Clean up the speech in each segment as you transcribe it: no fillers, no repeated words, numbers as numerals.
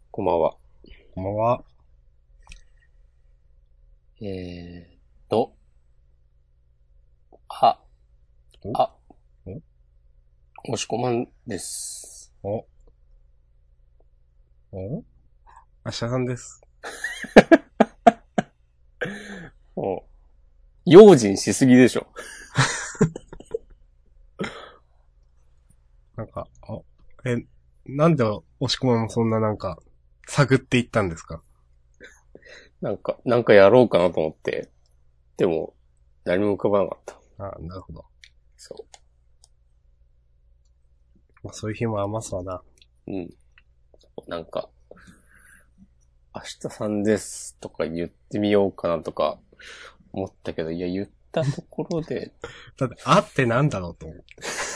こんばんは。 こんばんは。 えーっと、あ、あ、押し込まんです。 お、お、あしゃさんです。 もう、用心しすぎでしょ。 なんか、なんで押し込まんもそんな探っていったんですか？ なんかやろうかなと思って。でも、何も浮かばなかった。 あ、なるほど。 そまあ、そういう日も余すわな。 う。うん。なんか、明日さんですとか言ってみようかなとか思ったけど、いや、言ったところで、 だって、あってなんだろうと思う。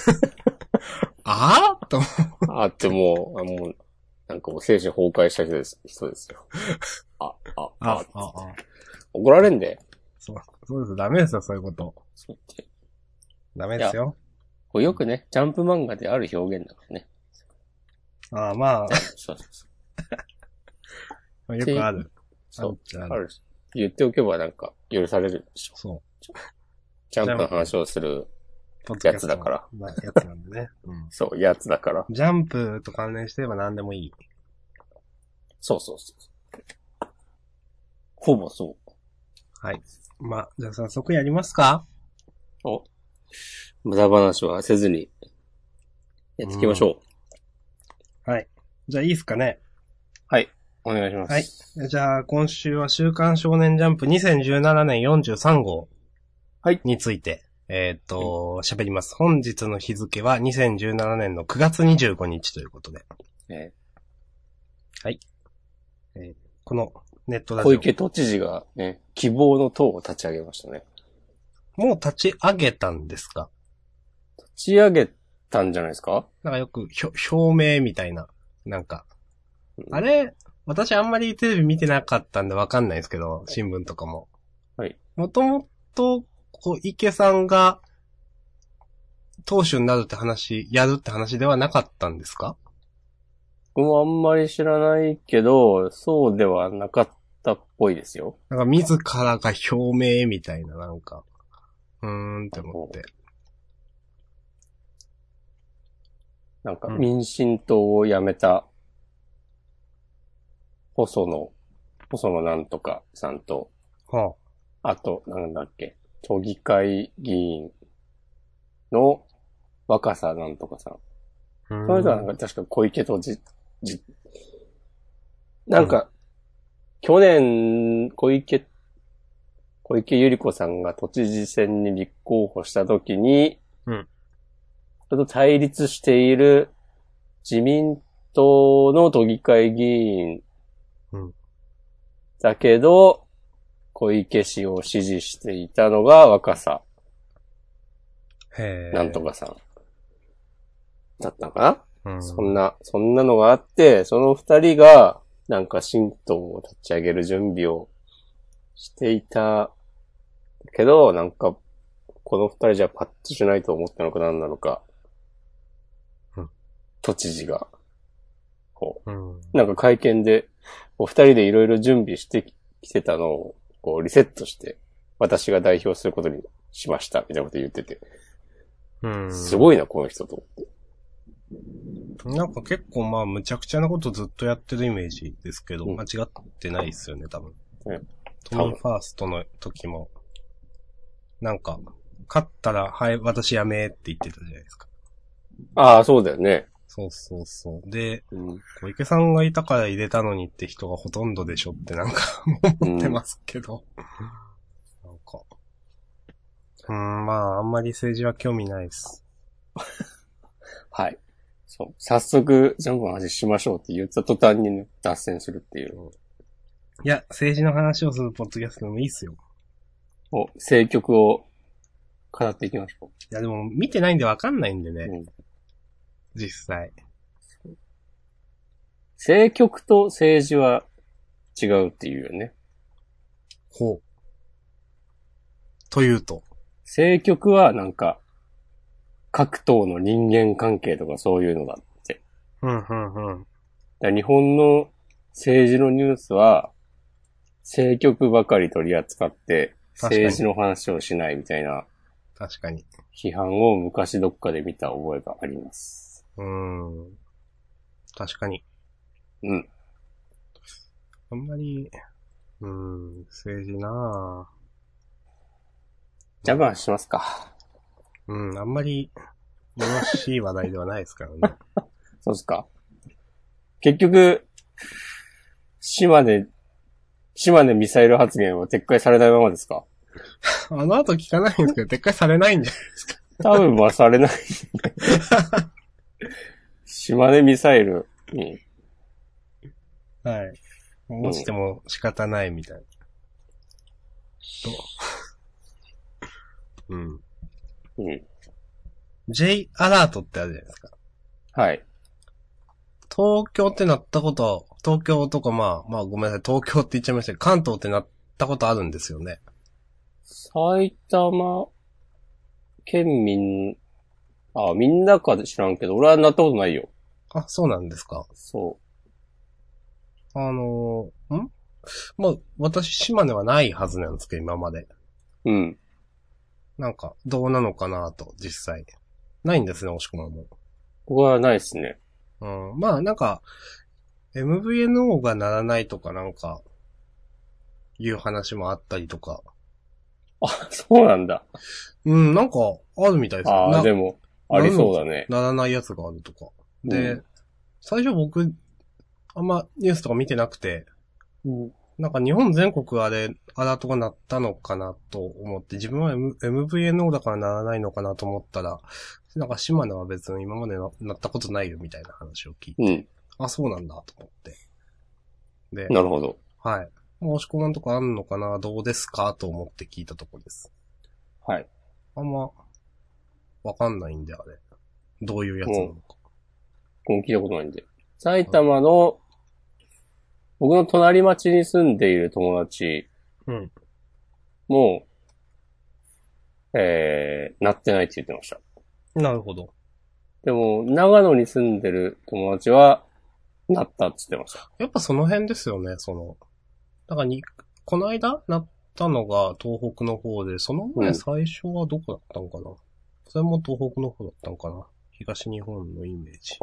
あと思あってもう、なんかもう精神崩壊した人ですよ。 あ、あ、あ、 怒られんで。 そうです。ダメですよ、そういうこと。 そう言って。 ダメいや、 ですよ。 これよくね、ジャンプ漫画である表現だからね。 ああ、まあ、 そうそうそう。 よくある。あそう。 るっちゃある。 あるし。言っておけばなんか許されるでしょ。 そう。 ジャンプのジャンプ、 話をするポッドやキャストの、 つだから。 まあ、やつなんでね。うん。 そう、やつだから。 ジャンプと関連してれば何でもいい。 そうそうそう。ほぼそはい。まあ、じゃあ早速やりますか？ う。無駄話はせずにやっていきましうん。 ょう。 はい。じゃあいいですかね。 はい。お願いしまはい。 す。 じゃあ今週は週刊少年ジャンプ2017年43号はい。 について、喋ります。本日の日付は2017年の9月25日ということで。 えはい。このネットラジオ。 小池都知事がね、希望の党を立ち上げましたね。 もう立ち上げたんですか？ 立ち上げたんじゃないですか？ よく表明みたいな。あれ、私あんまりテレビ見てなかったんでわかんないですけど、新聞とかも。 はい。 もともと、小池さんが党首になるって話、やるって話ではなかったんですか？ 僕もあんまり知らないけど、そうではなかったっぽいですよ。 自らが表明みたいな、って思って。 なんかうん。 民進党を辞めた細野なんとかさんと、 はあと、なんだっけ、都議会議員の若狭なんとかさん。 あ。うその人はーん。 確か小池都知、なうん。 んか、去年、小池百合子さんが都知事選に立候補した時に、 うん。 それと対立している自民党の都議会議員うん。 だけど、小池氏を支持していたのが若狭なんとへえ。 かさんだったのかうな。 ん。 そんなのがあって、その二人が、なんか新党を立ち上げる準備をしていたけど、なんか、この二人じゃパッとしないと思ったのか何なのか、 うん。 都知事が、 うん。 なんか会見で、お二人でいろいろ準備してきてたのを、リセットして、私が代表することにしました、みたいなこと言ってて、 うん。 すごいな、この人と。 結構むちゃくちゃなことずっとやってるイメージですけど、 うん。 間違ってないですよね、多分。 ね、 都多分。 民ファーストの時も、勝ったら、はい、私やめって言ってたじゃないですか。 ああ、そうだよね。 そうそうそう。で、 うん。 小池さんがいたから入れたのにって人がほとんどでしょって思ってうん。 ますけど。なんか。あんまり政治は興味ないです。 はい。そう。早速、ジャンプの話しましょうって言った途端にね、脱線するっていう。 いや、政治の話をするポッドキャストでもいいっすよ。 政局を語っていきましょいや、でも見てないんでわかんないんでう。 ね。 うん。 実際。 政局と政治は違うっていうよね。 ほう。というと。 政局はなんか、各党の人間関係とかそういうのだって。 うん、うん、うん。 だから日本の政治のニュースは、政局ばかり取り扱って、政治の話をしないみたいな。 確かに。 批判を昔どっかで見た覚えがあります。 確かに。 うん。 あんまり、政治なぁ。 じゃあ話しますか。 あんまり、よろしい話題ではないですからね。 そうですか。結局、島根ミサイル発言は撤回されないままですか？ あの後聞かないんですけど、撤回されないんじゃないですか。 多分はされない。島根ミサイルに。 はい。落ちても仕方ないみたいな。J アラートってあるじゃないですか。 はい。 東京ってなったこと、東京とかまあごめんなさい、東京って言っちゃいましたけど、関東ってなったことあるんですよね。 埼玉県民、みんなか知らんけど、俺はなったことないよ。 あ、そうなんですか。 そう。 まあ、私、島根はないはずなんですけど、今まで。 うん。 なんか、どうなのかなと、実際。ないんですね、押し込まも。 ここはないですね。 まあ、なんか、MVNO がならないとかなんか、いう話もあったりとか。 あ、そうなんだ。 なんか、あるみたいですよ。 でも、ありそうだね。 ならないやつがあるとか。で、最初僕、あんまニュースとか見てなくて、なんか日本全国あれ、アラートが鳴ったのかなと思って、自分は、MVNO だから鳴らないのかなと思ったら、なんか島根は別に今まで鳴ったことないよみたいな話を聞いて、あ、そうなんだと思って。で、 なるほど。 はい。申し込まんとかあんのかな、どうですかと思って聞いたところです。 はい。 あんま、わかんないんで、あれ。どういうやつなのか。 聞いたことないんで。埼玉の、僕の隣町に住んでいる友達も、なってないって言ってました。 なるほど。 でも、長野に住んでる友達は、なったって言ってました。 やっぱその辺ですよね、だからこの間なったのが東北の方で、その前最初はどこだったのかな、それも東北の方だったのかな、東日本のイメージ。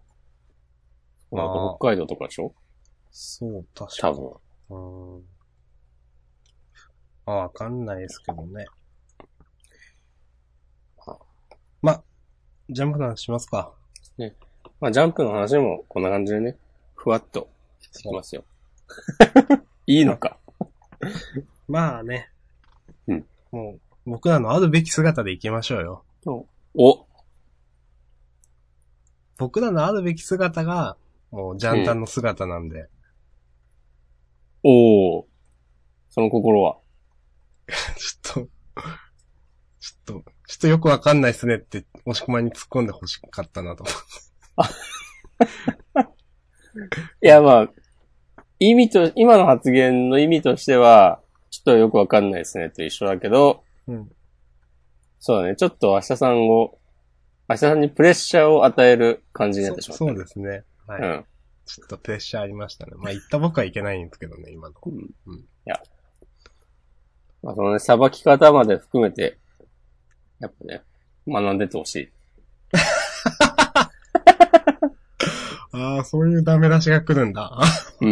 北海道とかでしょ？ そう、確かに。 多分。 わかんないですけどね。ま、ジャンプの話しますか。 ね。まあ、ジャンプの話もこんな感じでね、ふわっとしますよ。いいのか。 まあね。もう、僕らのあるべき姿でいきましょうよ。僕らのあるべき姿が、もう、ジャンタンの姿なんで。 その心はちょっとよくわかんないっすねって、押し込まに突っ込んで欲しかったなと思って。 いや、まあ、今の発言の意味としては、ちょっとよくわかんないですねと一緒だけど、そうだね、ちょっと明日さんにプレッシャーを与える感じになってしまった。 そうですね。はい。ちょっとプレッシャーありましたね。まあ言った僕はいけないんですけどね、今の。 いや。まあそのね、裁き方まで含めて、やっぱね、学んでてほしい。 ああ、そういうダメ出しが来るんだ。は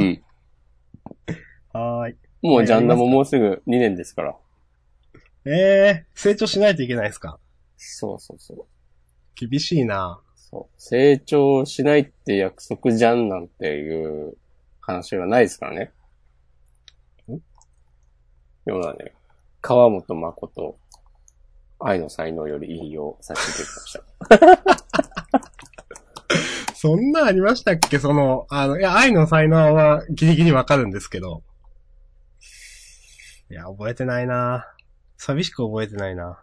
ーい。 もうジャンダももうすぐ2年ですから。 成長しないといけないですか？ そうそうそう。 厳しいな。 そう。成長しないって約束じゃんなんていう話はないですからね。要はね、川本誠、愛の才能より引用させていただきました。 そんなありましたっけ？いや、愛の才能はギリギリわかるんですけど。いや、覚えてないな。寂しく覚えてないな。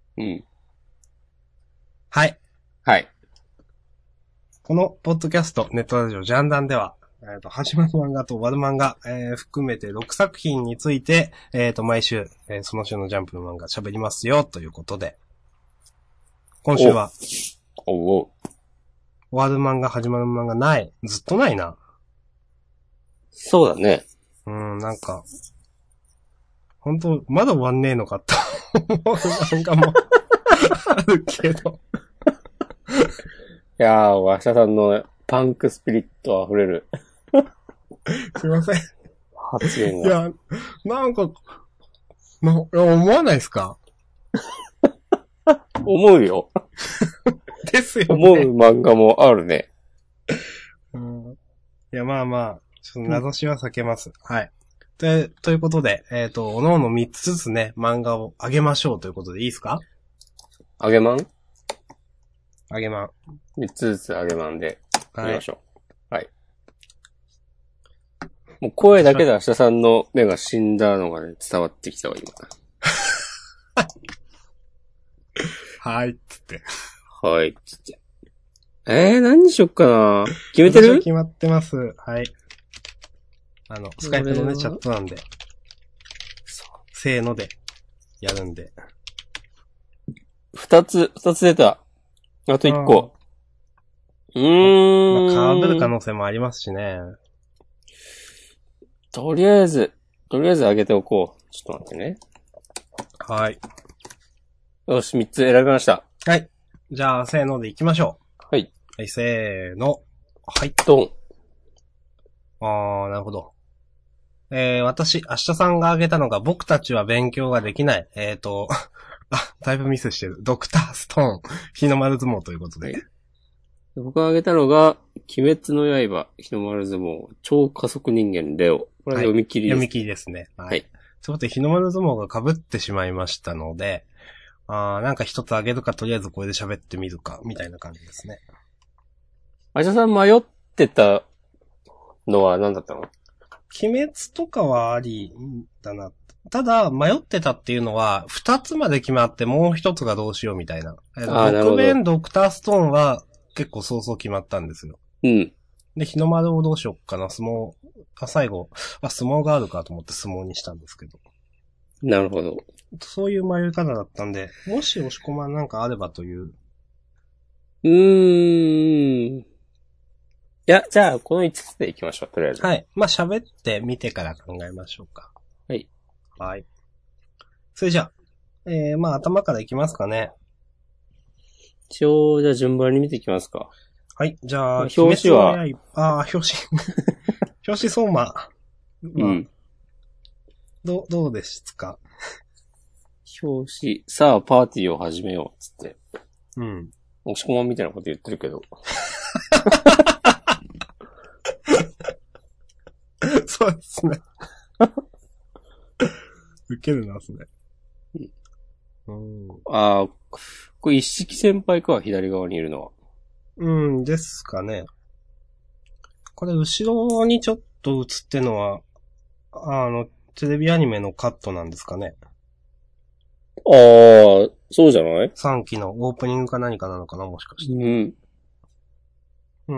はい。 はい。 このポッドキャスト、ネットラジオジャンダンでは、始まる漫画と終わる漫画、含めて6作品について、毎週、その週のジャンプの漫画喋りますよ、ということで。今週は、終わる漫画、始まる漫画ない。ずっとないな。 そうだね。 なんか、本当まだ終わんねえのかと思う漫画もあるけど。 いやー、わしさんのパンクスピリット溢れるすいません。 発言が。 いや、なんか、いや思わないですか？ 思うよ。 ですよね。 思う漫画もあるね。 いや、まあまあ、ちょっと名指しは避けます。はい。ということで、おのおの3つずつね、漫画をあげましょうということでいいですか？ あげまんあげまん。 ?3 つずつあげまんで、いきましょう。はい。もう声だけで明日さんの目が死んだのがね、伝わってきたわ、今。 はい、つって。 はい、つって。何にしよっかな。決めてる？ 決まってます。はい。スカイプのね、チャットなんで。せーので、やるんで。 2つ出た。あと1個。 まあ、被る可能性もありますしね。 とりあえず上げておこう。ちょっと待ってね。 はい。 よし、3つ選びました。 はい。じゃあ、せーので行きましょう。 はい。 はい、せーの。はい。 ドン。 なるほど。私、明日さんが挙げたのが、僕たちは勉強ができない。だいぶミスしてる。ドクターストーン、日の丸相撲ということで。 僕が挙げたのが、鬼滅の刃、日の丸相撲、超加速人間レオ。これは読み切りです。 読み切りですね。はい。 はい。 ということで、日の丸相撲が被ってしまいましたので、なんか一つ挙げるか、とりあえずこれで喋ってみるか、みたいな感じですね。 あじゃさん迷ってたのは何だったの？ 鬼滅とかはありだな。ただ、迷ってたっていうのは、二つまで決まってもう一つがどうしようみたいな。6面ドクターストーンは結構早々決まったんですよ。 うん。 で、日の丸をどうしよっかな、最後、相撲があるかと思って相撲にしたんですけど。 なるほど。 そういう迷い方だったんで、もし押し込まなんかあればという。 いや、じゃあ、この5つでいきましょう、とりあえず。 はい。まあ、喋ってみてから考えましょうか。 はい。 はい。それじゃあ、まあ、頭からいきますかね。 一応、じゃあ順番に見ていきますか。 はい。じゃあ、 表紙は、 表紙。表紙相馬。 うん。 どうですか？ 表紙、さあ、パーティーを始めよう、つって。 うん。 押し込まんみたいなこと言ってるけど。 そうですね。ウケるな、それ。 これ一式先輩か、左側にいるのは。 ですかね。これ、後ろにちょっと映ってるのは、テレビアニメのカットなんですかね。 そうじゃない？ 3期のオープニングか何かなのかな、もしかして。うん。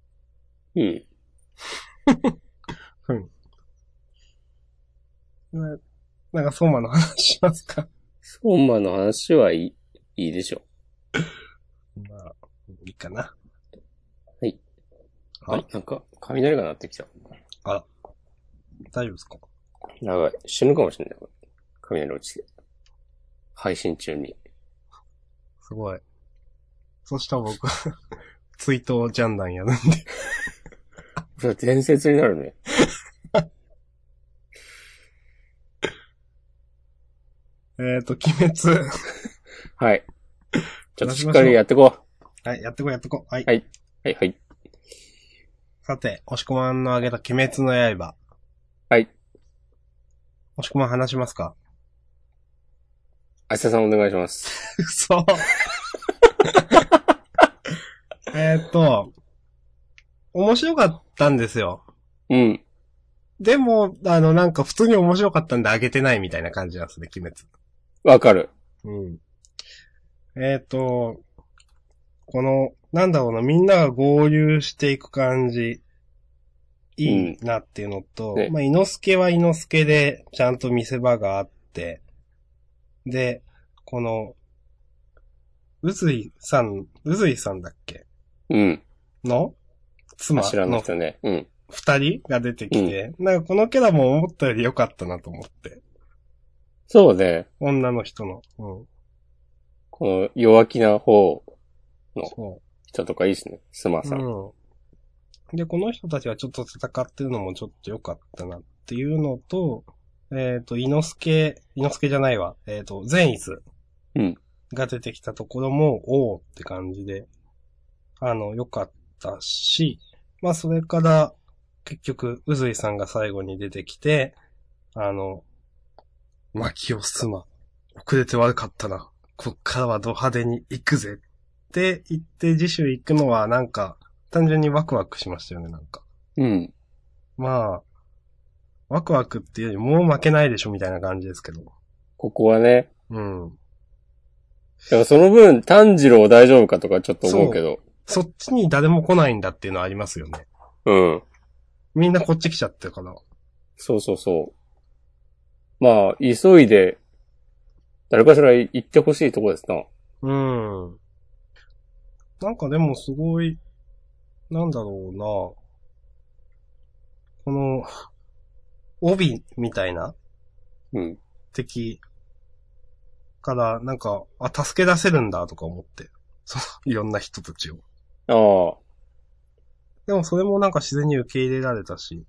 なんか、相馬の話しますか？ 相馬の話はいいでしょまあ、いいかな。 はい。なんか、雷が鳴ってきた。 あら。大丈夫ですか？ やばい。死ぬかもしれない。雷落ちて。配信中に。 すごい。そしたら僕、追悼ジャンダンやるんで。 それ伝説になるね。 鬼滅。 はい。ちょっとしっかりやってこう。はい、やってこう。はい。 はい。はい。 さて、押し込まんの挙げた鬼滅の刃。 はい。 押し込まん話しますか？ あささんお願いします。 嘘。面白かったんですよ。 うん。 でも、なんか普通に面白かったんであげてないみたいな感じなんですね、鬼滅。 わかる。 うん。この、なんだろうな、みんなが合流していく感じ、いいなっていうのと、 ね、 まあ、伊之助は伊之助で、ちゃんと見せ場があって、で、この、うずいさんだっけ？ うん。 の妻柱の人ね。うん。 二人が出てきて、なんかこのキャラも思ったより良かったなと思って。 そうね。 女の人の。 この弱気な方のそ人とかいいですね。スマさん。 で、この人たちがちょっと戦ってるのもちょっと良かったなっていうのと、伊之助じゃないわ。善逸。が出てきたところも、おーって感じで、良かったし、まあそれから、結局、うずいさんが最後に出てきて、薪をすま。遅れて悪かったな。こっからはド派手に行くぜ。って言って次週行くのはなんか、単純にワクワクしましたよね、なんか。まあ、ワクワクっていうよりもう負けないでしょみたいな感じですけど。 ここはね。 だからその分、炭治郎大丈夫かとかちょっと思うけど。 そっちに誰も来ないんだっていうのはありますよね。みんなこっち来ちゃってるから。 そうそうそう。まあ、急いで、誰かしら行ってほしいとこですな。 なんかでもすごい、なんだろうな。この、帯みたいな敵から、なんか、助け出せるんだとか思って。いろんな人たちを。でもそれもなんか自然に受け入れられたし。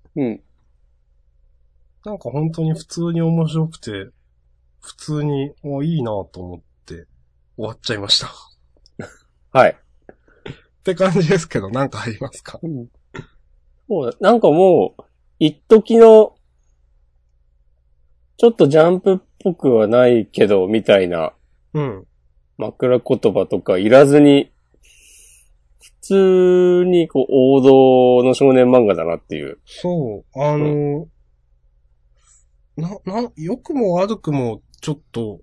なんか本当に普通に面白くて、普通に、いいなと思って終わっちゃいました。 はい。 って感じですけど、なんかありますか？ そうだ、なんかもう、一時の、ちょっとジャンプっぽくはないけど、みたいな、枕言葉とかいらずに、普通にこう王道の少年漫画だなっていう。 そう、良くも悪くも、ちょっと、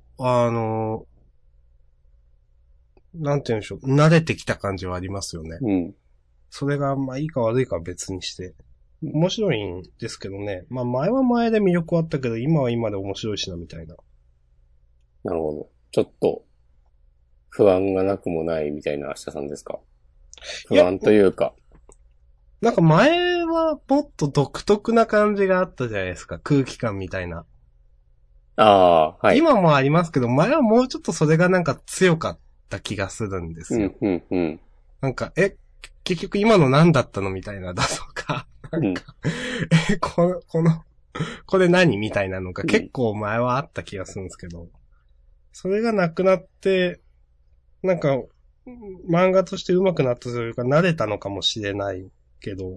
なんて言うんでしょう、慣れてきた感じはありますよね。それが、まあいいか悪いかは別にして。面白いんですけどね。まあ前は前で魅力あったけど、今は今で面白いしな、みたいな。 なるほど。ちょっと、不安がなくもないみたいな明日さんですか？不安というか。 なんか前はもっと独特な感じがあったじゃないですか。空気感みたいな。 はい。 今もありますけど、前はもうちょっとそれがなんか強かった気がするんですよ。なんか、結局今の何だったのみたいなだとか。なんか、これ何みたいなのが結構前はあった気がするんですけど。それがなくなって、なんか、漫画として上手くなったというか慣れたのかもしれないけど。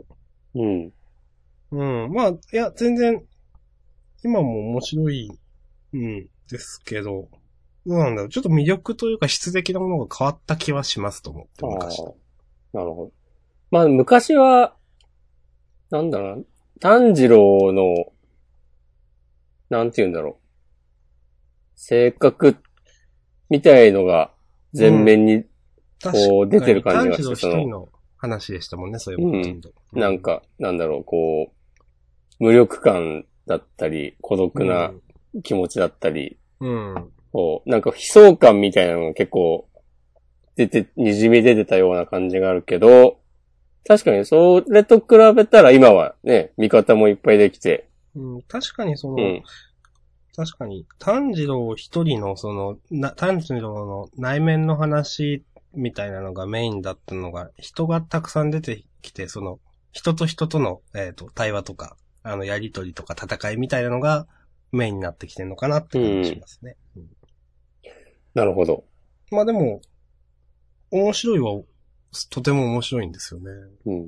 まあ、いや、全然、今も面白い、ですけど、どうなんだろう。ちょっと魅力というか質的なものが変わった気はしますと思って、昔と。 なるほど。まあ、昔は、なんだろうな、炭治郎の、なんて言うんだろう。性格みたいのが前面に、こう出てる感じがして、 炭治郎一人の話でしたもんね、そういうこと。 なんか、なんだろう、こう、無力感だったり、孤独な気持ちだったり、こう、なんか悲壮感みたいなのが結構、滲み出てたような感じがあるけど、確かにそれと比べたら今はね、味方もいっぱいできて。 確かに確かに、炭治郎一人の炭治郎の内面の話みたいなのがメインだったのが、人がたくさん出てきて、人と人との、対話とか、やりとりとか戦いみたいなのがメインになってきてるのかなって感じしますね。 なるほど。 まあでも、面白いは、とても面白いんですよね。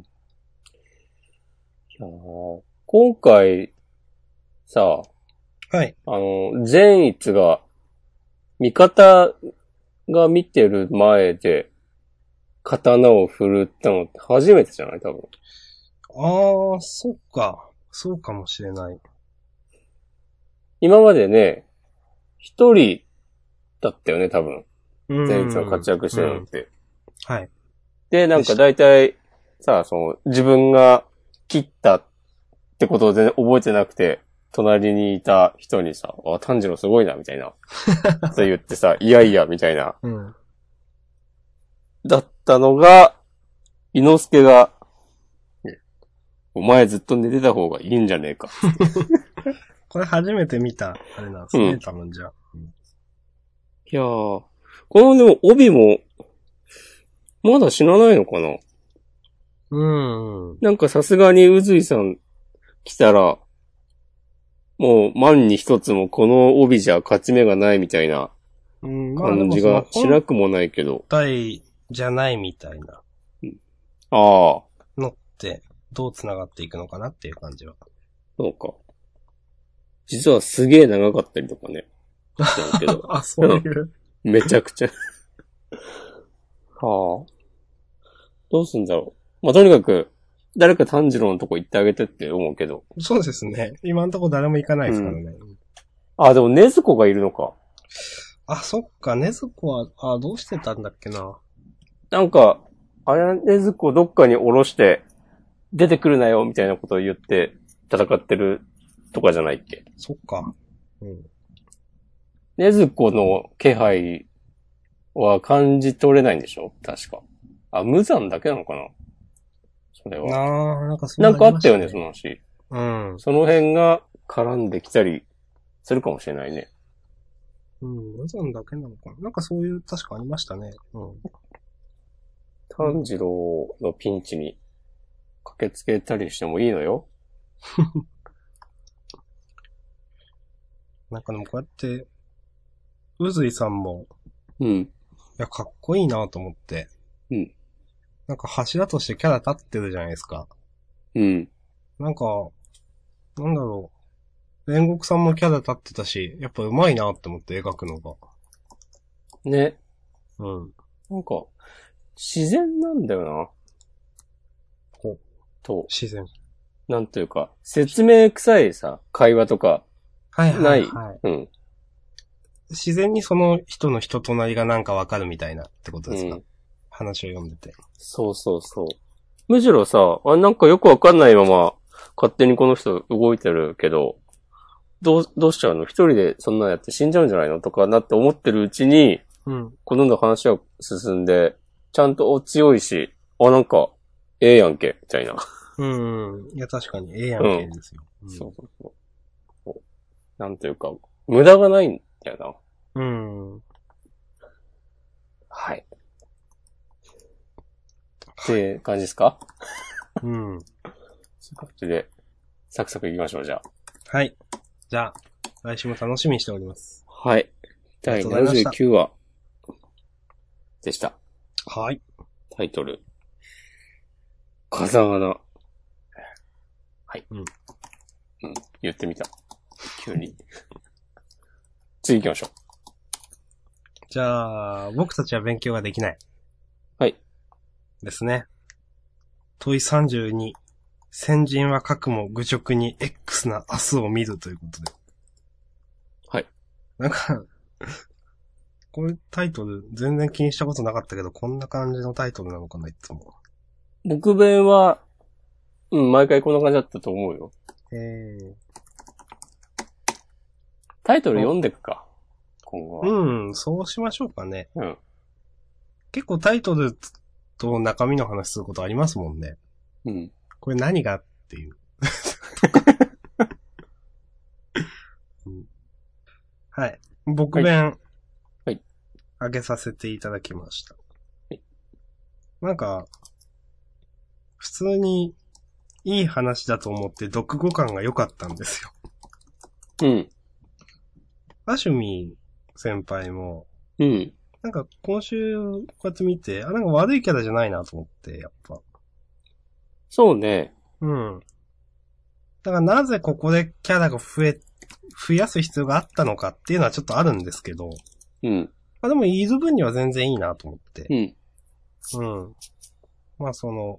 いや今回、さ、 はい。 善逸が、味方が見てる前で、刀を振るったのって初めてじゃない多分。 そっか。そうかもしれない。 今までね、一人だったよね、多分。善逸が活躍してるのって。 はい。 で、なんか大体、さ、自分が切ったってことを全然覚えてなくて、隣にいた人にさ、炭治郎すごいな、みたいな。そう言ってさ、いやいや、みたいな。だったのが、伊之助が、 お前ずっと寝てた方がいいんじゃねえか。 これ初めて見た、あれなんですね、多分じゃあ。 いやー、このでも帯も、まだ死なないのかな。なんかさすがにうずいさん来たら、もう万に一つもこの帯じゃ勝ち目がないみたいな感じがしなくもないけど。 本体じゃないみたいな。 ああ。 のって、どう繋がっていくのかなっていう感じは。 そうか。実はすげえ長かったりとかね。けどあ、そういう。 めちゃくちゃ。はあ。どうすんだろう。まあ、とにかく、誰か炭治郎のとこ行ってあげてって思うけど。 そうですね。今んとこ誰も行かないですからね。 あ、でも禰豆子がいるのか。 あ、そっか、禰豆子は、どうしてたんだっけな。 なんか、あれ、禰豆子どっかに降ろして、出てくるなよ、みたいなことを言って戦ってるとかじゃないっけ。 そっか。 禰豆子の気配は感じ取れないんでしょ確か。あ、無惨だけなのかなそれは。 なんかそうなりましたね。 なんかあったよね、その話。その辺が絡んできたりするかもしれないね。 無惨だけなのかななんかそういう、確かありましたね。 炭治郎のピンチに駆けつけたりしてもいいのよ。 なんかでもこうやって、うずいさんも、 いや、かっこいいなと思って。なんか柱としてキャラ立ってるじゃないですか。なんか、なんだろう。煉獄さんもキャラ立ってたし、やっぱ上手いなって思って描くのが。 ね。なんか、自然なんだよな。 自然。 なんというか、説明臭いさ、会話とか、ない。 自然にその人の人となりがなんかわかるみたいなってことですか、話を読んでて。 そうそうそう。むしろさ、なんかよくわかんないまま、勝手にこの人動いてるけど、どうしちゃうの？一人でそんなやって死んじゃうんじゃないのとかなって思ってるうちに、どんどん話は進んで、ちゃんと強いし、なんか、ええやんけ、みたいな。 いや、確かに、ええやんけですよ。 そうそうそう。なんというか、無駄がないんだよな。はい。って感じですか？そういう感じで、サクサクいきましょう、じゃあ。 はい。じゃあ、来週も楽しみにしております。 はい。第79話でした。 はい。 タイトル。風穴。はい。言ってみた。急に。次行きましょう。 じゃあ、僕たちは勉強ができない。 はい。 ですね。問い32。先人は核も愚直に X な明日を見るということで。 はい。 なんか、これタイトル全然気にしたことなかったけど、こんな感じのタイトルなのかな、いつも。 僕弁は、毎回こんな感じだったと思うよ。タイトル読んでくか。今後は。 そうしましょうかね。結構タイトルと中身の話することありますもんね。これ何がっていう。はい。僕弁、あげさせていただきました。なんか、普通にいい話だと思って読後感が良かったんですよ。アシュミ先輩も、なんか今週こうやって見て、なんか悪いキャラじゃないなと思って、やっぱ。 そうね。 だからなぜここでキャラが増やす必要があったのかっていうのはちょっとあるんですけど。でもいる分には全然いいなと思って。まあ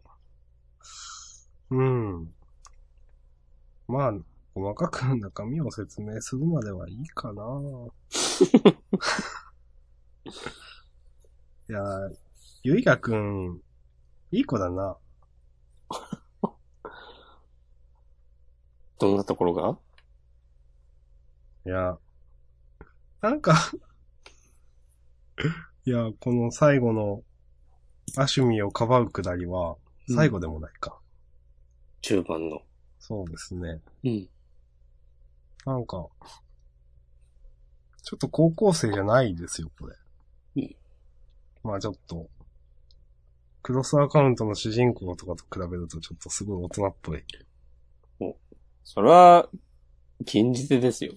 まあ、細かく中身を説明するまではいいかな。いやー、ゆいがくん、いい子だな。 どんなところが？ いや、なんかいや、この最後のアシュミをかばうくだりは、最後でもないか。 中盤の。 そうですね。 うん。 なんか、ちょっと高校生じゃないですよ、これ。 うん。 まあちょっと、クロスアカウントの主人公とかと比べるとちょっとすごい大人っぽい。 それは、禁じ手ですよ。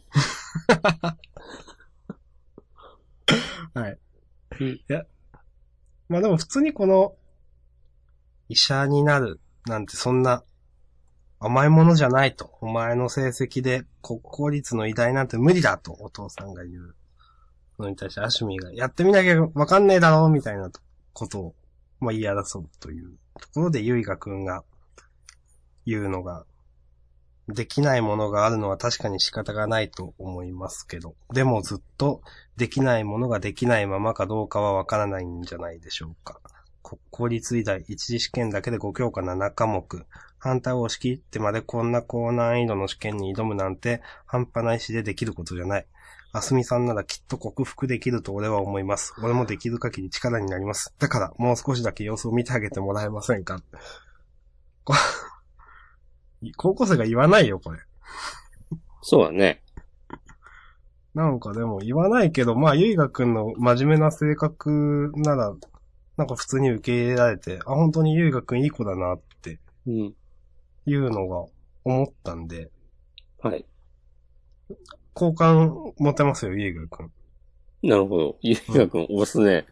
はい。 うん。 いや、まあでも普通にこの、医者になるなんてそんな甘いものじゃないと。お前の成績で国公立の医大なんて無理だとお父さんが言うのに対してアシュミーがやってみなきゃわかんねえだろうみたいなことを、まあ言い争うというところでユイガくんが言うのが、できないものがあるのは確かに仕方がないと思いますけど、でもずっとできないものができないままかどうかはわからないんじゃないでしょうか。国公立医大一次試験だけで5教科7科目。反対を押し切ってまでこんな高難易度の試験に挑むなんて半端ないしでできることじゃない。あすみさんならきっと克服できると俺は思います。俺もできる限り力になります。だからもう少しだけ様子を見てあげてもらえませんか。高校生が言わないよ、これ。 そうだね。 なんかでも言わないけど、まあ、ゆいがくんの真面目な性格なら、なんか普通に受け入れられて、あ、本当にゆいがくんいい子だなってうん。 いうのが思ったんで、 はい。 好感持てますよ、ゆいがくん。 なるほど。ゆいがくん押すね。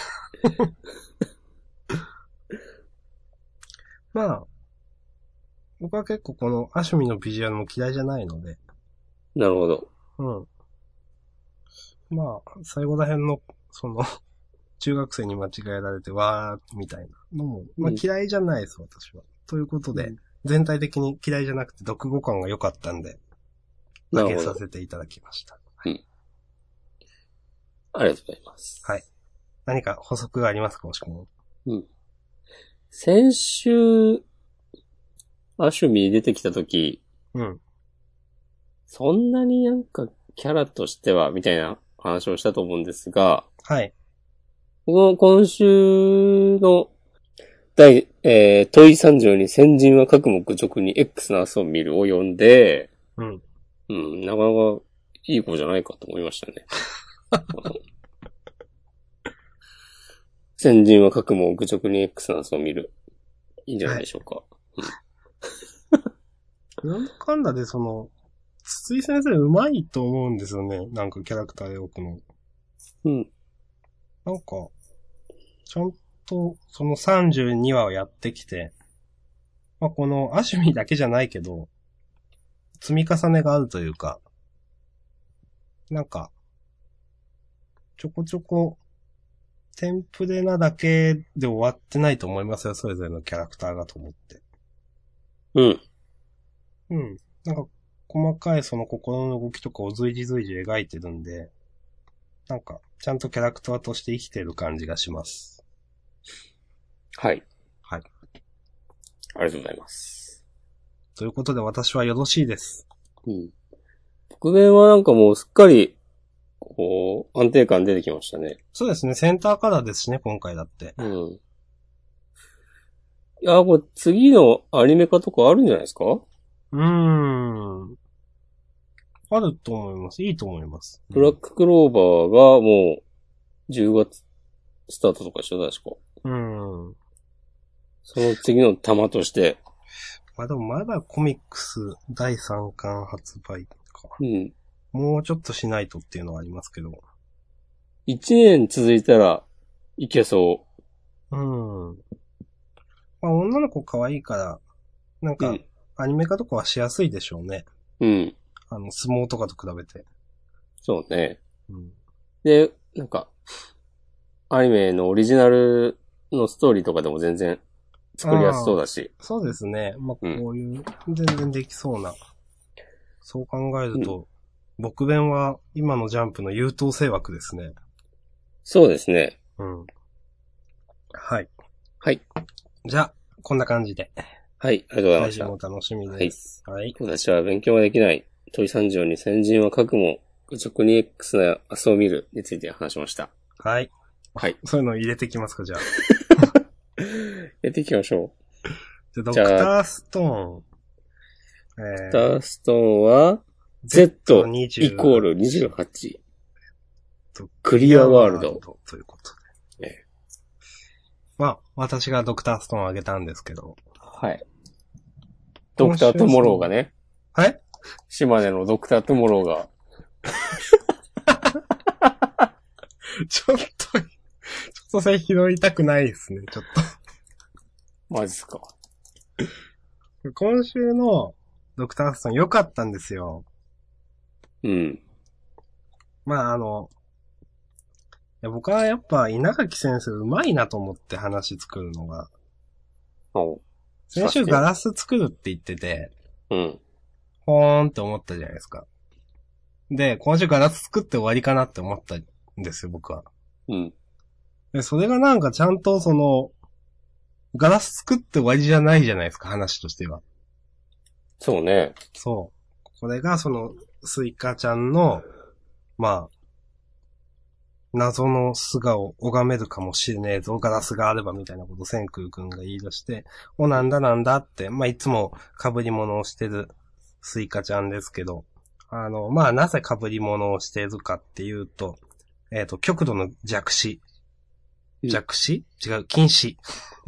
まあ、僕は結構このアシュミのビジュアルも嫌いじゃないので、 なるほど。 うん。まあ、最後ら辺の、その、中学生に間違えられて、わー、みたいなのも、まあ嫌いじゃないです、私は。ということで、全体的に嫌いじゃなくて読後感が良かったんで、上げさせていただきました。 うん。ありがとうございます。 はい。何か補足がありますか、もしくも。 うん。先週、アシュミ出てきたとき、 うん。 そんなになんかキャラとしては、みたいな話をしたと思うんですが、 はい。 今週の問い32先人は各目直に X の明日を見るを読んで、 うん。 うん、なかなかいい子じゃないかと思いましたね。先人は各目直に X の明日を見る。いいんじゃないでしょうか。 なんだかんだで筒井先生上手いと思うんですよね。なんかキャラクターで置くの。 うん。 なんか、ちゃんとその32話をやってきて、まあこのアシュミだけじゃないけど、積み重ねがあるというか、なんか、ちょこちょこ、テンプレなだけで終わってないと思いますよ、それぞれのキャラクターがと思って。 うん。 うん。なんか、細かいその心の動きとかを随時随時描いてるんで、なんか、ちゃんとキャラクターとして生きてる感じがします。 はい。 はい。 ありがとうございます。 ということで私はよろしいです。 うん。僕弁はなんかもうすっかり、こう、安定感出てきましたね。 そうですね、センターカラーですしね、今回だって。 うん。いや、これ次のアニメ化とかあるんじゃないですか？ あると思います。いいと思います。 ブラッククローバーがもう10月スタートとかでしょ、確か。その次の玉として。 まあでもまだコミックス第3巻発売か。 うん。 もうちょっとしないとっていうのはありますけど。 1年続いたらいけそまあ女の子可愛いから、なんか、アニメ化とかはしやすいでしょうね。 うん。 相撲とかと比べて。 そうね。で、なんか、アニメのオリジナルのストーリーとかでも全然作りやすそうだし。 そうですね。まあ、こういう、全然できそうな。そう考えると、僕弁は今のジャンプの優等生枠ですね。 そうですね。 はい。 はい。 じゃあ、こんな感じで。 はい、ありがとうございました。 来週も楽しみです。はい。 私は勉強ができない。問い30に先人は書くも、直に X の明日を見るについて話しました。 はい。 はい。 そういうのを入れてきますか、じゃあ。 やっていきましょう。 じゃドクターストーン。 ドクターストーンは、Z イコール28。クリアワールド。 ということで。まあ、私がドクターストーンをあげたんですけど。 はい。ドクタートゥモローがね。 はい？ 島根のドクタートゥモローが。 ちょっとそれ拾いたくないですね、ちょっと。 マジっすか。 今週のドクターストーン良かったんですよ。 うん。 まあ僕はやっぱ稲垣先生うまいなと思って話作るのが。先週ガラス作るって言ってて、 うん。 ほーんって思ったじゃないですか。で、今週ガラス作って終わりかなって思ったんですよ、僕は。 うん。 で、それがなんかちゃんとガラス作って終わりじゃないじゃないですか、話としては。 そうね。 そう。これがスイカちゃんの、まあ、謎の素顔を拝めるかもしれねえぞ、ガラスがあればみたいなことを千空くんが言い出して、なんだって、まあいつも被り物をしてるスイカちゃんですけど、まあなぜ被り物をしているかっていうと、極度の弱視。弱視？違う、近視。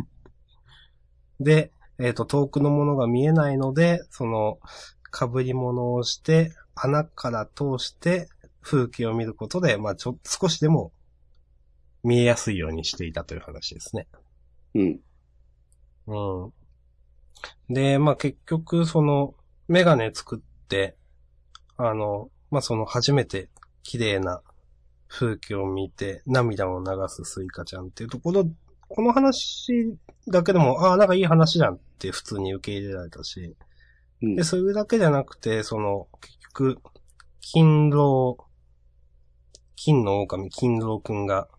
で、遠くのものが見えないので、被り物をして、穴から通して風景を見ることで、まあ少しでも見えやすいようにしていたという話ですね。 うん。 うん。で、まあ結局メガネ作って、まあ初めて綺麗な風景を見て涙を流すスイカちゃんっていうところ、この話だけでも、なんかいい話じゃんって普通に受け入れられたし、 うん、 で、それだけじゃなくて、結局、金の狼、金狼くんが、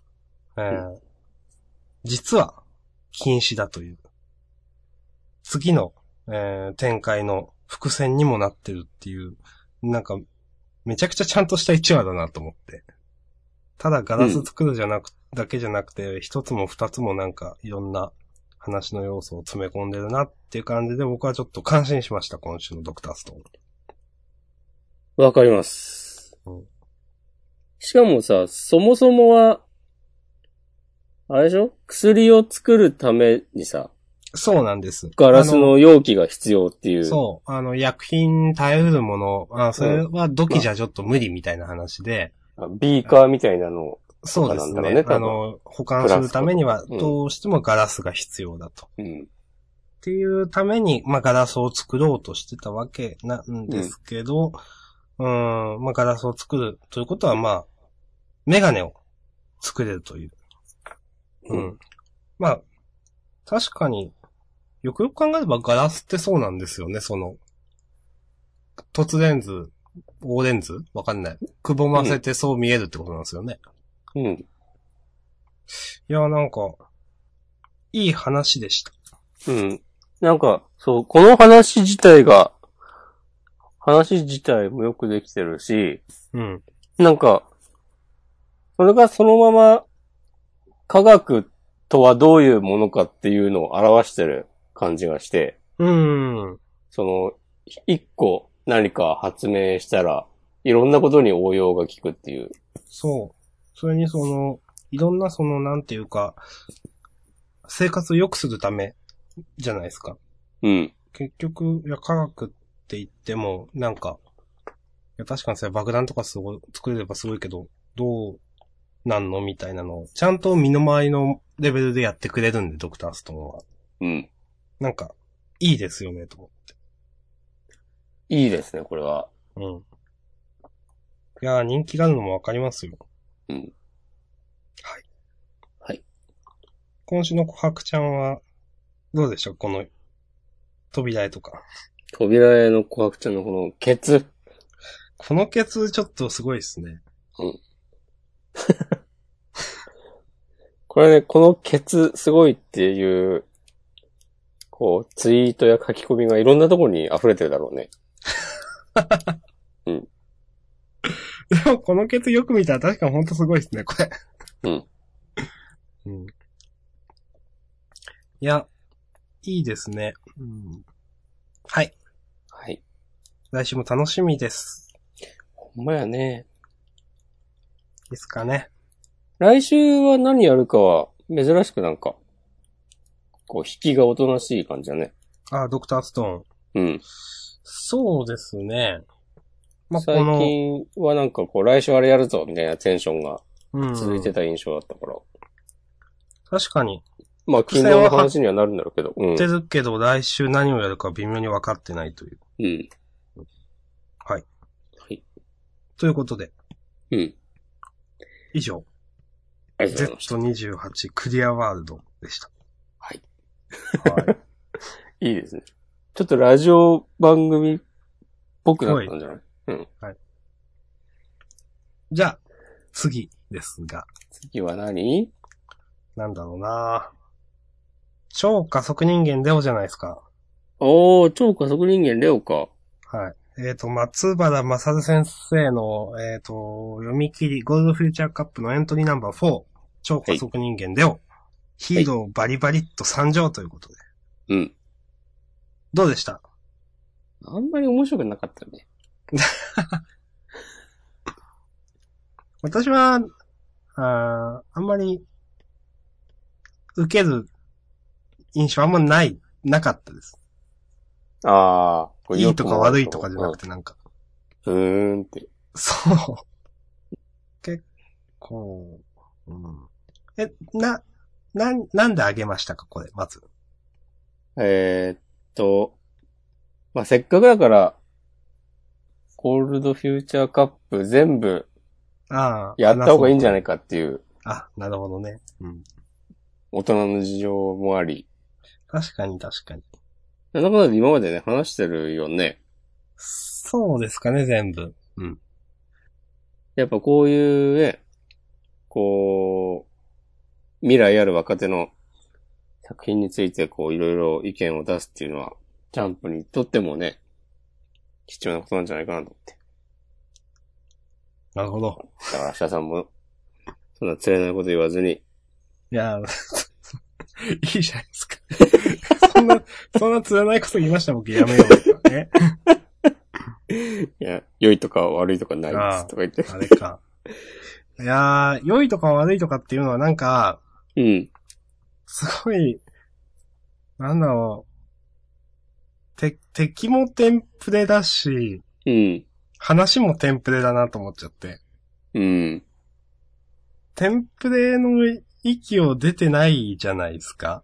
実は、禁止だという。次の、展開の伏線にもなってるっていう、なんか、めちゃくちゃちゃんとした一話だなと思って。ただガラス作るだけじゃなくて、一つも二つもなんか、いろんな話の要素を詰め込んでるなっていう感じで、僕はちょっと感心しました、今週のドクターストーン。 わかります。 うん、 しかもさ、そもそもは、あれでしょ？薬を作るためにさ、 そうなんです。 ガラスの容器が必要っていう。 そう。薬品耐えうるもの、それは土器じゃちょっと無理みたいな話で。 ビーカーみたいなのそうですね。保管するためには、どうしてもガラスが必要だと。 うん。 っていうために、まあ、ガラスを作ろうとしてたわけなんですけど、まあ、ガラスを作るということは、まあ、メガネを作れるという。うん。まあ、確かに、よくよく考えればガラスってそうなんですよね、凸レンズ、大レンズわかんない。くぼませてそう見えるってことなんですよね。 うん。 いや、なんか、いい話でした。 うん。なんか、そう、この話自体もよくできてるし、 うん。 なんか、それがそのまま、科学とはどういうものかっていうのを表してる感じがして、一個何か発明したら、いろんなことに応用が効くっていう。 そう。それにいろんななんていうか、生活を良くするためじゃないですか。 うん。 結局、科学って言っても、なんか、確かにそれ爆弾とか作れればすごいけど、どうなんのみたいなのを、ちゃんと身の回りのレベルでやってくれるんで、ドクターストーンは。 うん。 なんか、いいですよね、と思って。 いいですね、これは。 うん。いやー、人気があるのもわかりますよ。 うん。 はい。 はい。 今週の琥珀ちゃんは、どうでしょうこの、扉絵とか。 扉絵の琥珀ちゃんのこのケツ。 このケツちょっとすごいですね。 うん。これね、このケツすごいっていう、ツイートや書き込みがいろんなところに溢れてるだろうね。うん。 でもこのケツよく見たら確かにほんとすごいですね、これ。うん。うん。いや、 いいですね。うん、はい。 はい。 来週も楽しみです。 ほんまやね。 ですかね。 来週は何やるかは、珍しくなんか、こう、引きがおとなしい感じだね。 あ、ドクターストーン。 うん。 そうですね。まあ、こ最の、 近はなんかこう、来週あれやるぞ、みたいなテンションが続いてうん。 た印象だったから。 確かに。 まあ、 伏昨日の線は張っ話にはなるんだろうけど。うん。 てるけど、来週何をやるか微妙に分かってないという。 うん。 はい。 はい。 ということで、 うん。 以上、 ありがとうございました。 Z28 クリアワールドでした。 はい。 はい。 いいですね。ちょっとラジオ番組っぽくなったんじゃない？うん。 はい。じゃあ、次ですが、 次は何？ なんだろうな超加速人間レオじゃないですか。 おー、超加速人間レオか。 はい。松原正先生の、読み切り、ゴールドフューチャーカップのエントリーナンバー4、超加速人間レオ、ヒーローバリバリッと参上ということで。 うん。 どうでした？ あんまり面白くなかったね。 私は、あんまり、受ける印象あんまなかったです。 あー、これいいとか悪いととかじゃなくてなんか。 うーんって。 そう。結構、うん。なんであげましたかこれ、まず。 えーっと、まあ、せっかくだから、ゴールドフューチャーカップ全部ああ、 やった方がいいんじゃい。 ないかっていうあ、なるほどね。うん。 大人の事情もあり。 確かに確かに。 なんだかんだで今までね、話してるよね。 そうですかね、全部。うん。 やっぱこういうね、こう、未来ある若手の作品についてこういろいろ意見を出すっていうのは、ジャンプにとってもね、貴重なことなんじゃないかなと思って。 なるほど。 だから、シャさんも、そんな釣れないこと言わずに。 いや、いいじゃないですか。そんなつらないこと言いました僕やめようとかね。 いや、良いとか悪いとかないですとか言って。 あれか。いや良いとか悪いとかっていうのはなんか、 うん。 すごい、なんだろう。敵もテンプレだし、 うん。 話もテンプレだなと思っちゃって。 うん。 テンプレの域を出てないじゃないですか。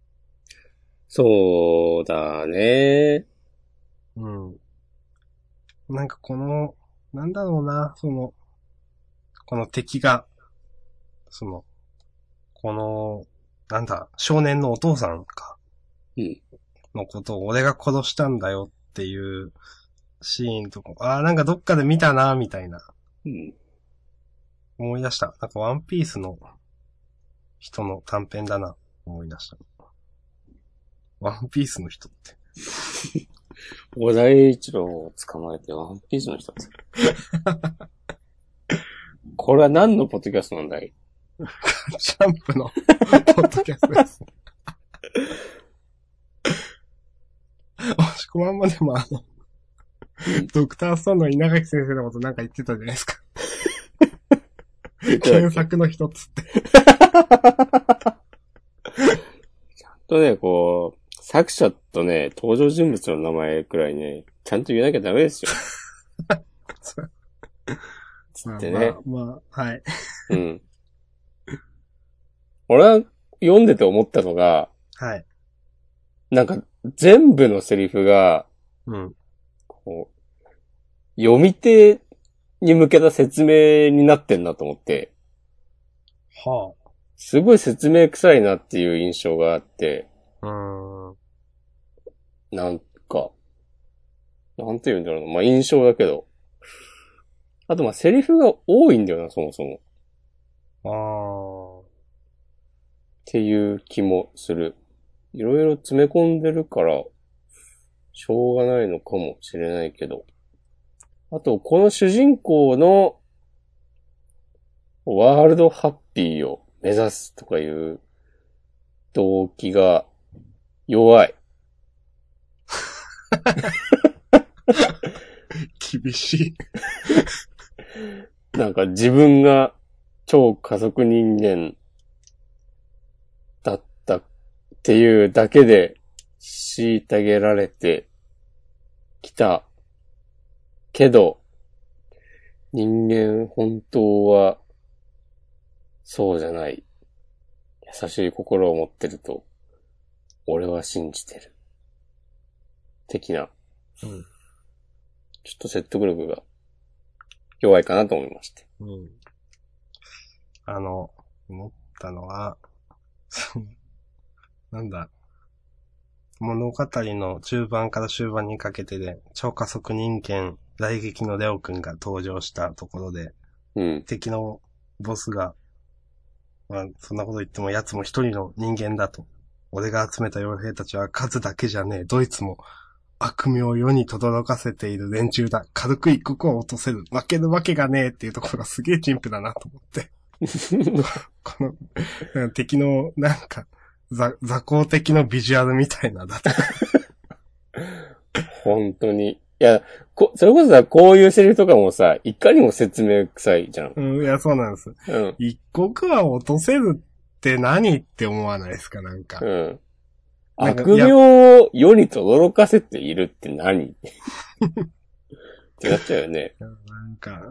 そうだね。 うん。なんかなんだろうな、この敵が、その、この、なんだ、少年のお父さんか、 うん。 のことを俺が殺したんだよっていうシーンとか、なんかどっかで見たな、みたいな。 うん。 思い出した。なんかワンピースの人の短編だな、思い出した。ワンピースの人って。 小田栄一郎を捕まえてワンピースの人って。これは何のポッドキャストなんだい？ シャンプのポッドキャストです。もしくまんまでもドクターストーンの稲垣先生のことなんか言ってたじゃないですか。検索の一つって。 ちゃんとね、こう、作者とね、登場人物の名前くらいね、ちゃんと言わなきゃダメですよ。つってね。 はい。 うん。俺は読んでて思ったのが、 はい。 なんか全部のセリフが、 うん。 こう、読み手に向けた説明になってんなと思って、 はすごい説明臭いなっていう印象があって、 あ。 なんか、なんて言うんだろうな。まあ、印象だけど。あと、まあ、セリフが多いんだよな、そもそも。っていう気もする。いろいろ詰め込んでるから、しょうがないのかもしれないけど。あと、この主人公のワールドハッピーを目指すとかいう動機が弱い。 厳しい。 なんか自分が超家族人間だったっていうだけで虐げられてきたけど、人間本当はそうじゃない。優しい心を持ってると、俺は信じてる。的な。 うん。 ちょっと説得力が弱いかなと思いまして。 うん。思ったのは、なんだ、物語の中盤から終盤にかけてで、超加速人間、雷撃のレオくんが登場したところで、 うん。 敵のボスが、まあ、そんなこと言っても奴も一人の人間だと。俺が集めた傭兵たちは数だけじゃねえ。ドイツも悪名を世に轟かせている連中だ。軽く一刻を落とせる。負けるわけがねえっていうところがすげえ陳腐だなと思って。この、敵の、なんか、雑魚的のビジュアルみたいなだと。 本当に。いや、それこそさ、こういうセリフとかもさ、いかにも説明臭いじゃん。 うん、いや、そうなんです。 うん。 一刻は落とせるって何って思わないですか、なんか。 うん。 なんか悪名を世に轟かせているって何ってなっちゃうよね。 なんか、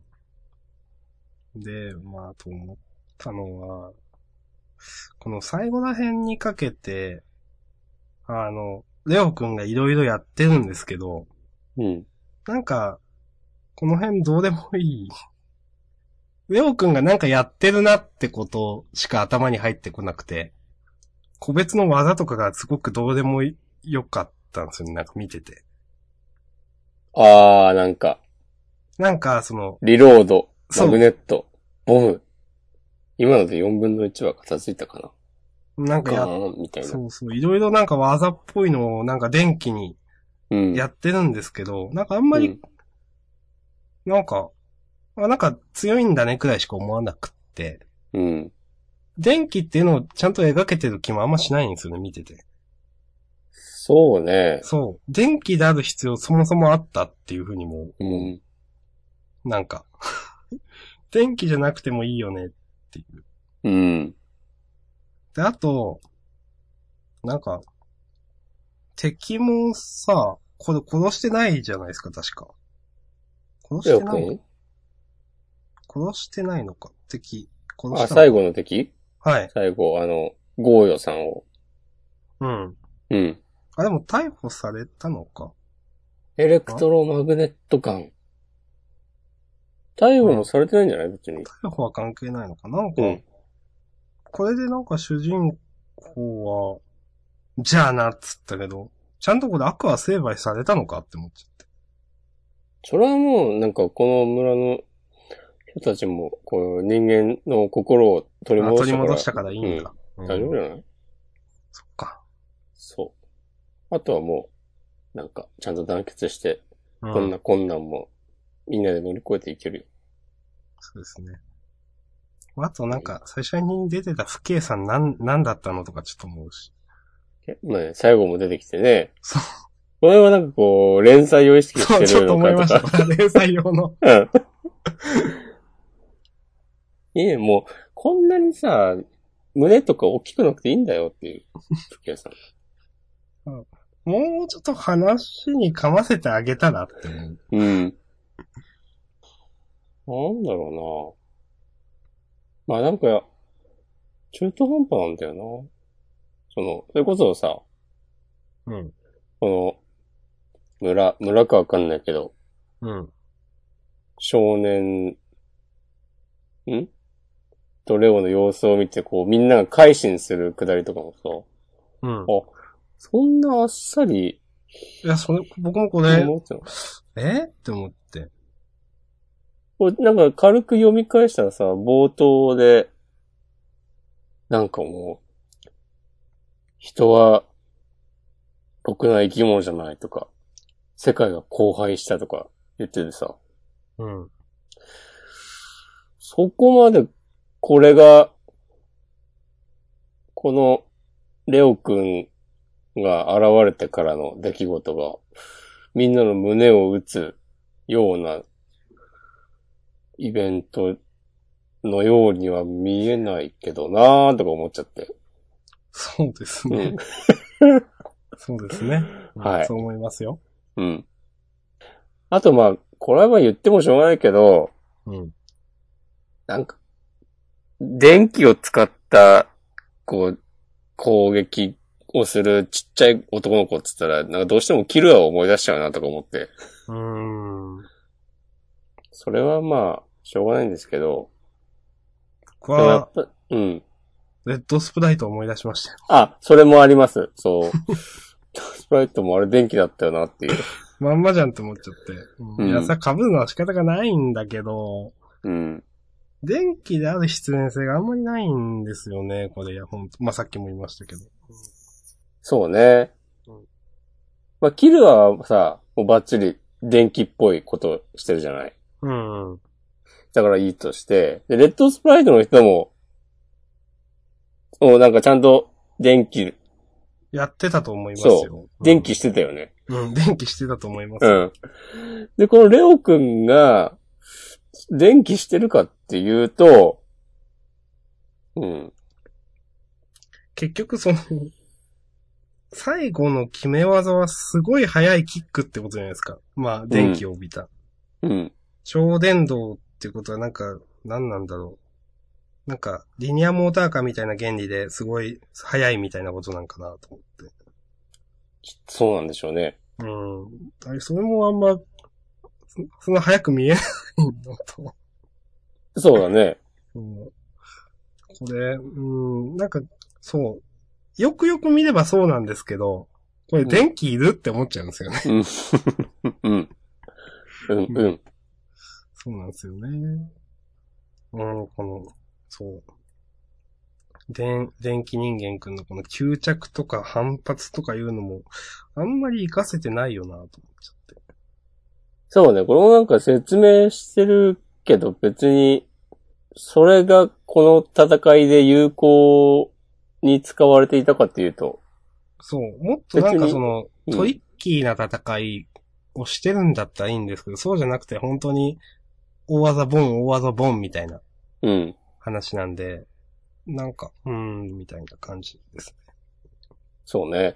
で、まあ、と思ったのは、この最後ら辺にかけて、レオくんがいろいろやってるんですけど、 うん。 なんか、この辺どうでもいい。レオくんがなんかやってるなってことしか頭に入ってこなくて、個別の技とかがすごくどうでもよかったんですよね、なんか見てて。 なんか、 なんか、 リロード、マそうグネット、ボム。今ので4分の1は片付いたかな。 なんかガーンみたいな。 そうそう、いろいろなんか技っぽいのをなんか電気にうん。 やってるんですけど、なんかあんまり、 うん。 なんか、なんか強いんだねくらいしか思わなくって、 うん。 電気っていうのをちゃんと描けてる気もあんましないんですよね、見てて。 そうね。 そう。電気である必要そもそもあったっていうふうにもう思ん。 う。なんか、電気じゃなくてもいいよねっていう。 うん。 で、あと、なんか、敵もさ、これ殺してないじゃないですか、確か。殺レしてないオ君殺してないのか敵、殺したのか最後の敵はい。 最後、ゴーヨさんを。 うん。 うん。 あ、でも逮捕されたのか。 エレクトロマグネットガン。逮捕もされてないんじゃない別に。 逮捕は関係ないのか。なんか、 うん。 これでなんか主人公は、じゃあなっつったけど、ちゃんとこれ悪は成敗されたのかって思っちゃって。 それはもう、なんかこの村の人たちも、こう、人間の心を取り戻したから。 取り戻したからいいんだ。 うん。大丈夫じゃないそっか。 そう。あとはもう、なんか、ちゃんと団結して、 うん。 こんな困難も、みんなで乗り越えていけるよ。 そうですね。あとなんか、最初に出てた不敬さんなんだったのとかちょっと思うし。 まあね、最後も出てきてね。 そう。 これはなんかこう、連載を意識しそう、 てちょっとるのかと思いました。 か。 連載用の。 うん。いえ、もう、こんなにさ、胸とか大きくなくていいんだよっていう、吹きさん。 もうちょっと話に噛ませてあげたらって思う。 うん。なんだろうな。まあなんか、中途半端なんだよな。それこそさ、 うん。 この、村かわかんないけど、 うん。 少年、とレオの様子を見て、こう、みんなが改心するくだりとかもさ、 うん。 そんなあっさり、 いや、僕もこれ、 思ってたって思って。 これなんか軽く読み返したらさ、冒頭で、なんかもう、人は、ろくな生き物じゃないとか、世界が荒廃したとか言っててさ、 うん。 そこまで、これが、この、レオくんが現れてからの出来事が、みんなの胸を打つようなイベントのようには見えないけどなーとか思っちゃって。 そうですね。そうですね。 はい。 そう思いますよ。 うん。あとまあ、これは言ってもしょうがないけど、 うん。 なんか、電気を使った、こう、攻撃をするちっちゃい男の子って言ったら、なんかどうしてもキルアを思い出しちゃうなとか思って。それはまあ、しょうがないんですけど。 僕は、 うん。 レッドスプライトを思い出しましたよ。 あ、それもあります。そう。スプライトもあれ電気だったよなっていう。 まんまじゃんって思っちゃって。 うん、 いや、さ、被るのは仕方がないんだけど、 うん。 電気である必然性があんまりないんですよね、これ。いや、ほんと。まあ、さっきも言いましたけど。 そうね。まあ、キルアはさ、もうバッチリ電気っぽいことしてるじゃない。 うん。 だからいいとして、で、レッドスプライトの人も、もうなんかちゃんと電気、 やってたと思いますよ。 そう。電気してたよね。 うん、電気してたと思います。 うん。で、このレオくんが、電気してるかっていうと、うん。 結局最後の決め技はすごい速いキックってことじゃないですか。まあ、電気を帯びた。 うん。 超電導っていうことはなんか、何なんだろう。なんか、リニアモーターカーみたいな原理ですごい速いみたいなことなんかなと思って。 そうなんでしょうね。 うん。あれ、それもあんま、そんな速く見えないのと。 そうだね。 うん、これ、なんか、そう。よくよく見ればそうなんですけど、これ電気いるって思っちゃうんですよね。 うん。うん。うん。 そうなんですよね。この、そう。電気人間くんのこの吸着とか反発とかいうのも、あんまり活かせてないよなと思っちゃって。 そうね。これもなんか説明してるけど別に、それがこの戦いで有効に使われていたかっていうと。 そう。もっとなんかトリッキーな戦いをしてるんだったらいいんですけど、そうじゃなくて本当に、大技ボンみたいな。話なんで、なんか、みたいな感じですね。 そうね。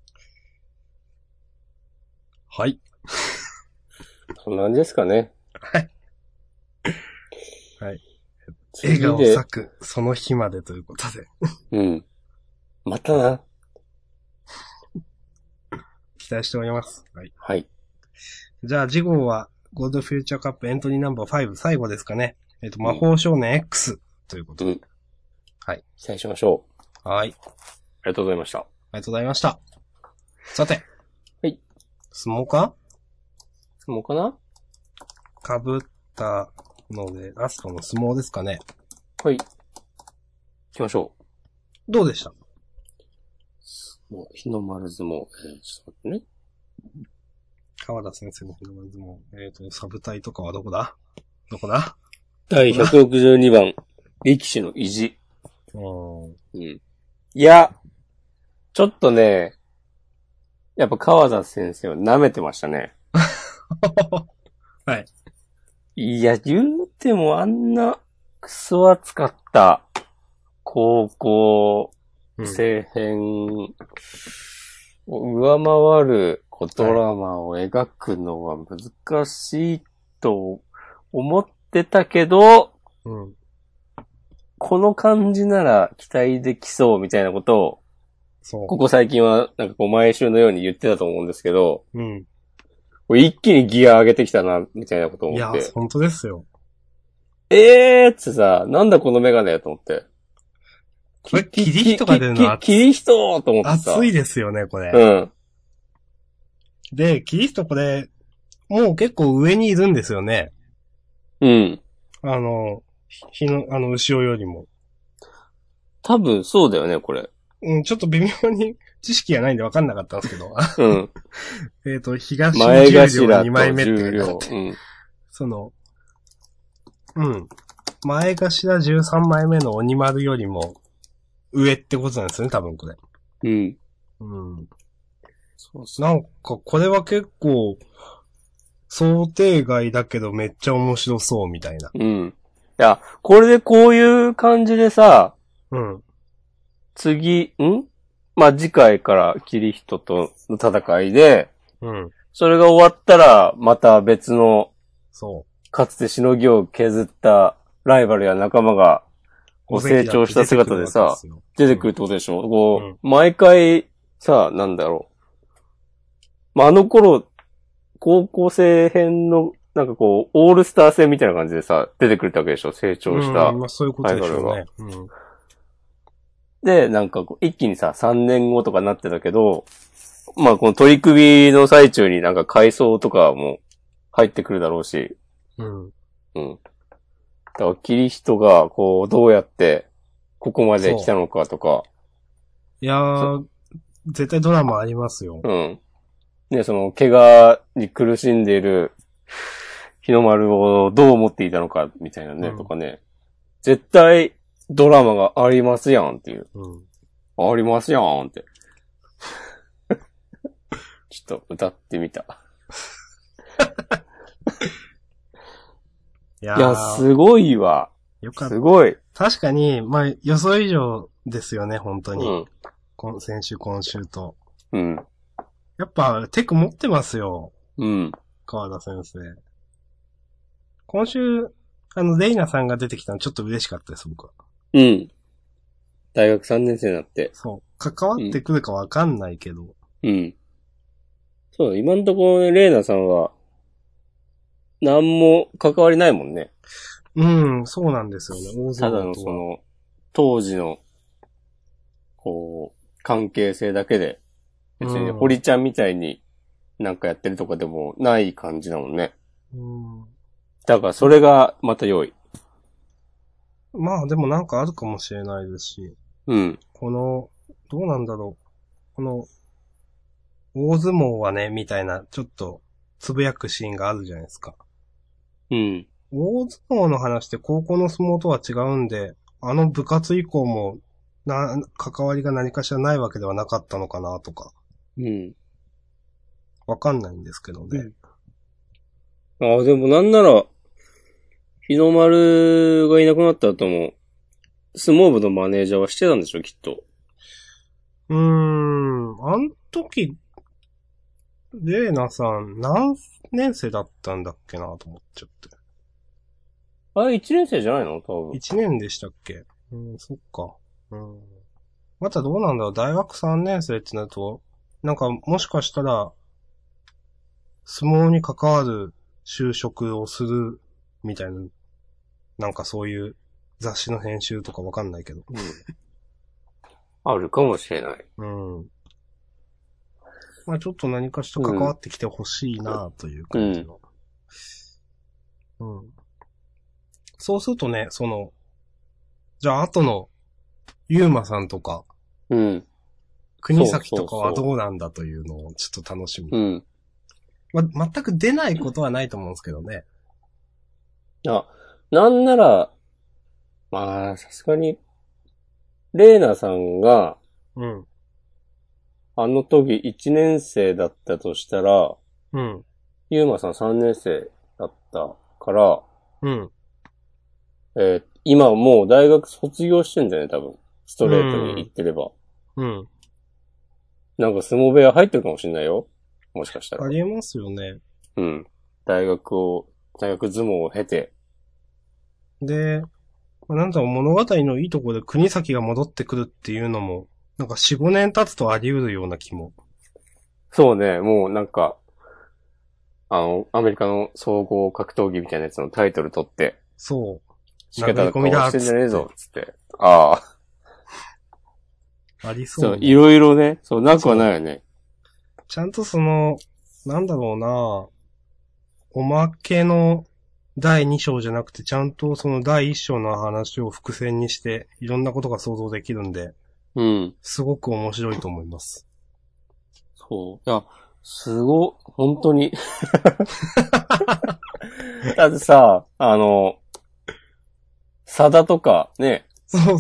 はい。 そんな感じですかね。 はい。はい。笑顔咲く、その日までということで。 うん。またな。 期待しております。はい。 はい。 じゃあ、次号は、ゴールドフューチャーカップエントリーナンバー5、最後ですかね。魔法少年 X ということで。はい。 期待しましょう。はい。 ありがとうございました。ありがとうございました。さて。 はい。 相撲か相撲かな被ったので、ラストの相撲ですかね。 はい。行きましょう。 どうでした？ もう、日の丸相撲。ちょっと待ってね。 川田先生の日の丸相撲。サブ隊とかはどこだ第162番。力士の意地。 うん。 いや、ちょっとね、やっぱ川田先生を舐めてましたね。 はい。 いや、言うてもあんなクソ暑かった高校生編を上回るドラマを描くのは難しいと思ってたけど、この感じなら期待できそうみたいなことを、ここ最近はなんかこう毎週のように言ってたと思うんですけど、一気にギア上げてきたな、みたいなことを思って。 いや、本当ですよ。 ってさ、なんだこのメガネと思って。 これ、キリヒトが出るのキリヒトと思ってさ。 熱いですよね、これ。で、キリヒトこれ、もう結構上にいるんですよね。日の、後ろよりも。 多分そうだよね、これ。 ちょっと微妙に知識がないんで分かんなかったんですけど。東前十両2枚目って書いてあって。前頭13枚目の鬼丸よりも上ってことなんですよね、多分これ。 そうそう。 なんか、これは結構、想定外だけどめっちゃ面白そうみたいな。 うん。いや、これでこういう感じでさ、 うん。 まあ、次回からキリヒトとの戦いで、 うん。 それが終わったら、また別の、 そかつてしのぎを削ったライバルや仲間が、こう成長した姿でさ、出てくるってことでしょ、こう、毎回、さ、なんだろう。まあ、あの頃、高校生編の、なんかこう、オールスター戦みたいな感じでさ、出てくるってわけでしょ、成長した。 まあそういうことでしょうね。 で、なんかこう、一気にさ、3年後とかなってたけど、まあこの取り組みの最中になんか階層とかも入ってくるだろうし、 うん。 うん。だからキリヒトが、こう、どうやって、ここまで来たのかとか。 いやー、絶対ドラマありますよ。 うん。ね、その、怪我に苦しんでいる日の丸をどう思っていたのか、みたいなね、とかね。絶対、ドラマがありますやんっていう。ありますやんって。ちょっと歌ってみた。いや、すごいわ。 よかった。 すごい。 確かに、まあ、予想以上ですよね、本当に。先週、今週と。 うん。 やっぱ、テク持ってますよ。 うん。 川田先生。今週、レイナさんが出てきたのちょっと嬉しかったです、僕は。 うん。大学3年生になって。 そう。関わってくるかわかんないけど。 うん。そうだ、今んところね、レイナさんは、何も関わりないもんね。 うん、そうなんですよね。大ただのその、当時の、こう、関係性だけで、別に堀ちゃんみたいになんかやってるとかでもない感じだもんね。だからそれがまた良い。 まあでもなんかあるかもしれないですし。 うん。 この、どうなんだろう。この、大相撲はね、みたいな、ちょっと、つぶやくシーンがあるじゃないですか。 うん。 大相撲の話って高校の相撲とは違うんで、部活以降も、関わりが何かしらないわけではなかったのかなとか。 うん。 わかんないんですけどね。 ああ、でもなんなら、日の丸がいなくなった後も、相撲部のマネージャーはしてたんでしょ、きっと。 あん時、レーナさん、何年生だったんだっけなと思っちゃって。 あれ、1年生じゃないの多分。 1年でしたっけそっか。またどうなんだろう大学3年生ってなると、なんかもしかしたら、相撲に関わる就職をするみたいな、なんかそういう雑誌の編集とかわかんないけど。 あるかもしれない。 まあちょっと何かしら関わってきてほしいなという感じの。そうするとね、じゃあ後の、ゆうまさんとか、国崎とかはどうなんだというのをちょっと楽しみ。全く出ないことはないと思うんですけどね。 なんなら、まあ、さすがに、レーナさんが、あの時1年生だったとしたら、ゆうまさん3年生だったから、今もう大学卒業してんだよね、多分。ストレートに言ってれば。なんか相撲部屋入ってるかもしれないよ。もしかしたら。 ありえますよね。 大学相撲を経て。 で、なんだろう、物語のいいところで国崎が戻ってくるっていうのも、なんか4、5年経つとあり得るような気も。 そうね、もうなんか、アメリカの総合格闘技みたいなやつのタイトル取って。 そう。 仕方が変わしてんじゃねえぞ、つって。ああ。 ありそう、 ね。そう、いろいろね、そう、なくはないよね。 ちゃんとなんだろうな、おまけの第2章じゃなくて、ちゃんとその第1章の話を伏線にして、いろんなことが想像できるんで、すごく面白いと思います。 そう。いや、本当に。だってさ、サダとか、ね。 そう。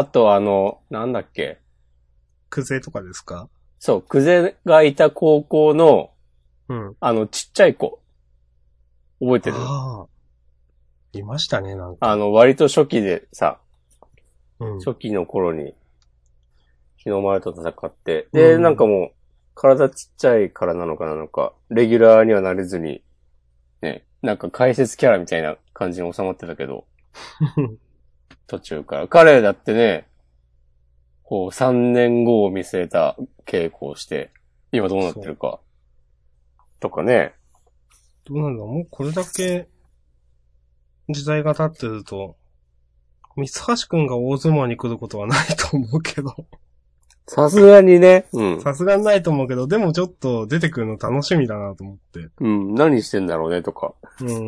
あとなんだっけ。 クゼとかですかそう、クゼがいた高校の、 うん。 ちっちゃい子。覚えてる？ ああ。いましたね、なんか。 割と初期でさ、 うん。 初期の頃に、日の丸と戦って、で、なんかもう、体ちっちゃいからなのか、レギュラーにはなれずに、ね、なんか解説キャラみたいな感じに収まってたけど、途中から。彼だってね、こう3年後を見据えた稽古をして、今どうなってるか。とかね。 どうなんだろう、もうこれだけ時代が経ってると、三橋くんが大相撲に来ることはないと思うけど。 さすがにね。うん。 さすがにないと思うけど、でもちょっと出てくるの楽しみだなと思って。 うん。何してんだろうねとか。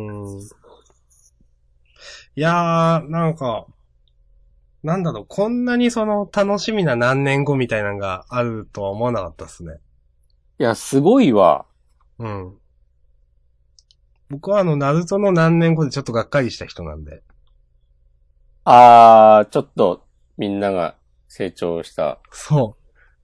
いやー、なんか、なんだろう、こんなにその楽しみな何年後みたいなのがあるとは思わなかったですね。 いや、すごいわ。 うん。僕はナルトの何年後でちょっとがっかりした人なんで。 ちょっと、みんなが成長した。 そう。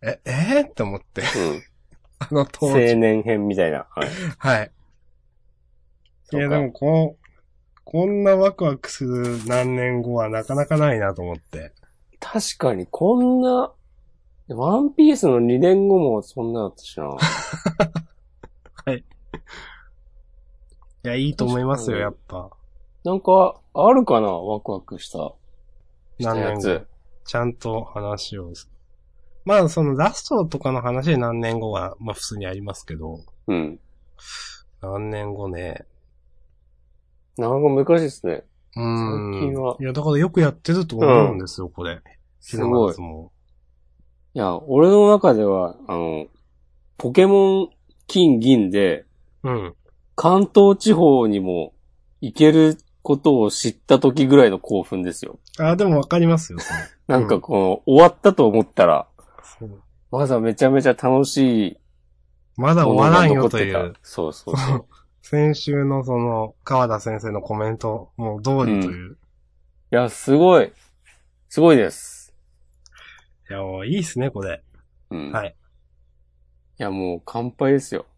って思って。 うん。 当時。 青年編みたいな。はい。 はい。いや、でもこんなワクワクする何年後はなかなかないなと思って。 確かに、こんな、ワンピースの2年後もそんなだったしな。はい。いや、いいと思いますよ、やっぱ。 なんか、あるかなワクワクした。 何年後。ちゃんと話を。まあ、そのラストとかの話で何年後は、まあ普通にありますけど。 うん。 何年後ね。 なんか難しいですね。 最近は。 いや、だからよくやってると思うんですよ、これ。 すごい。いや、俺の中では、ポケモン金銀で、 うん。 関東地方にも行けることを知った時ぐらいの興奮ですよ。 でもわかりますよ、それ。 なんか終わったと思ったら、まだめちゃめちゃ楽しい。 まだ終わらんよという。 そう。 先週のその、川田先生のコメント、もう通りという。 いや、すごい。すごいです。 いや、もういいっすね、これ。 うん。 はい。 いや、もう乾杯ですよ。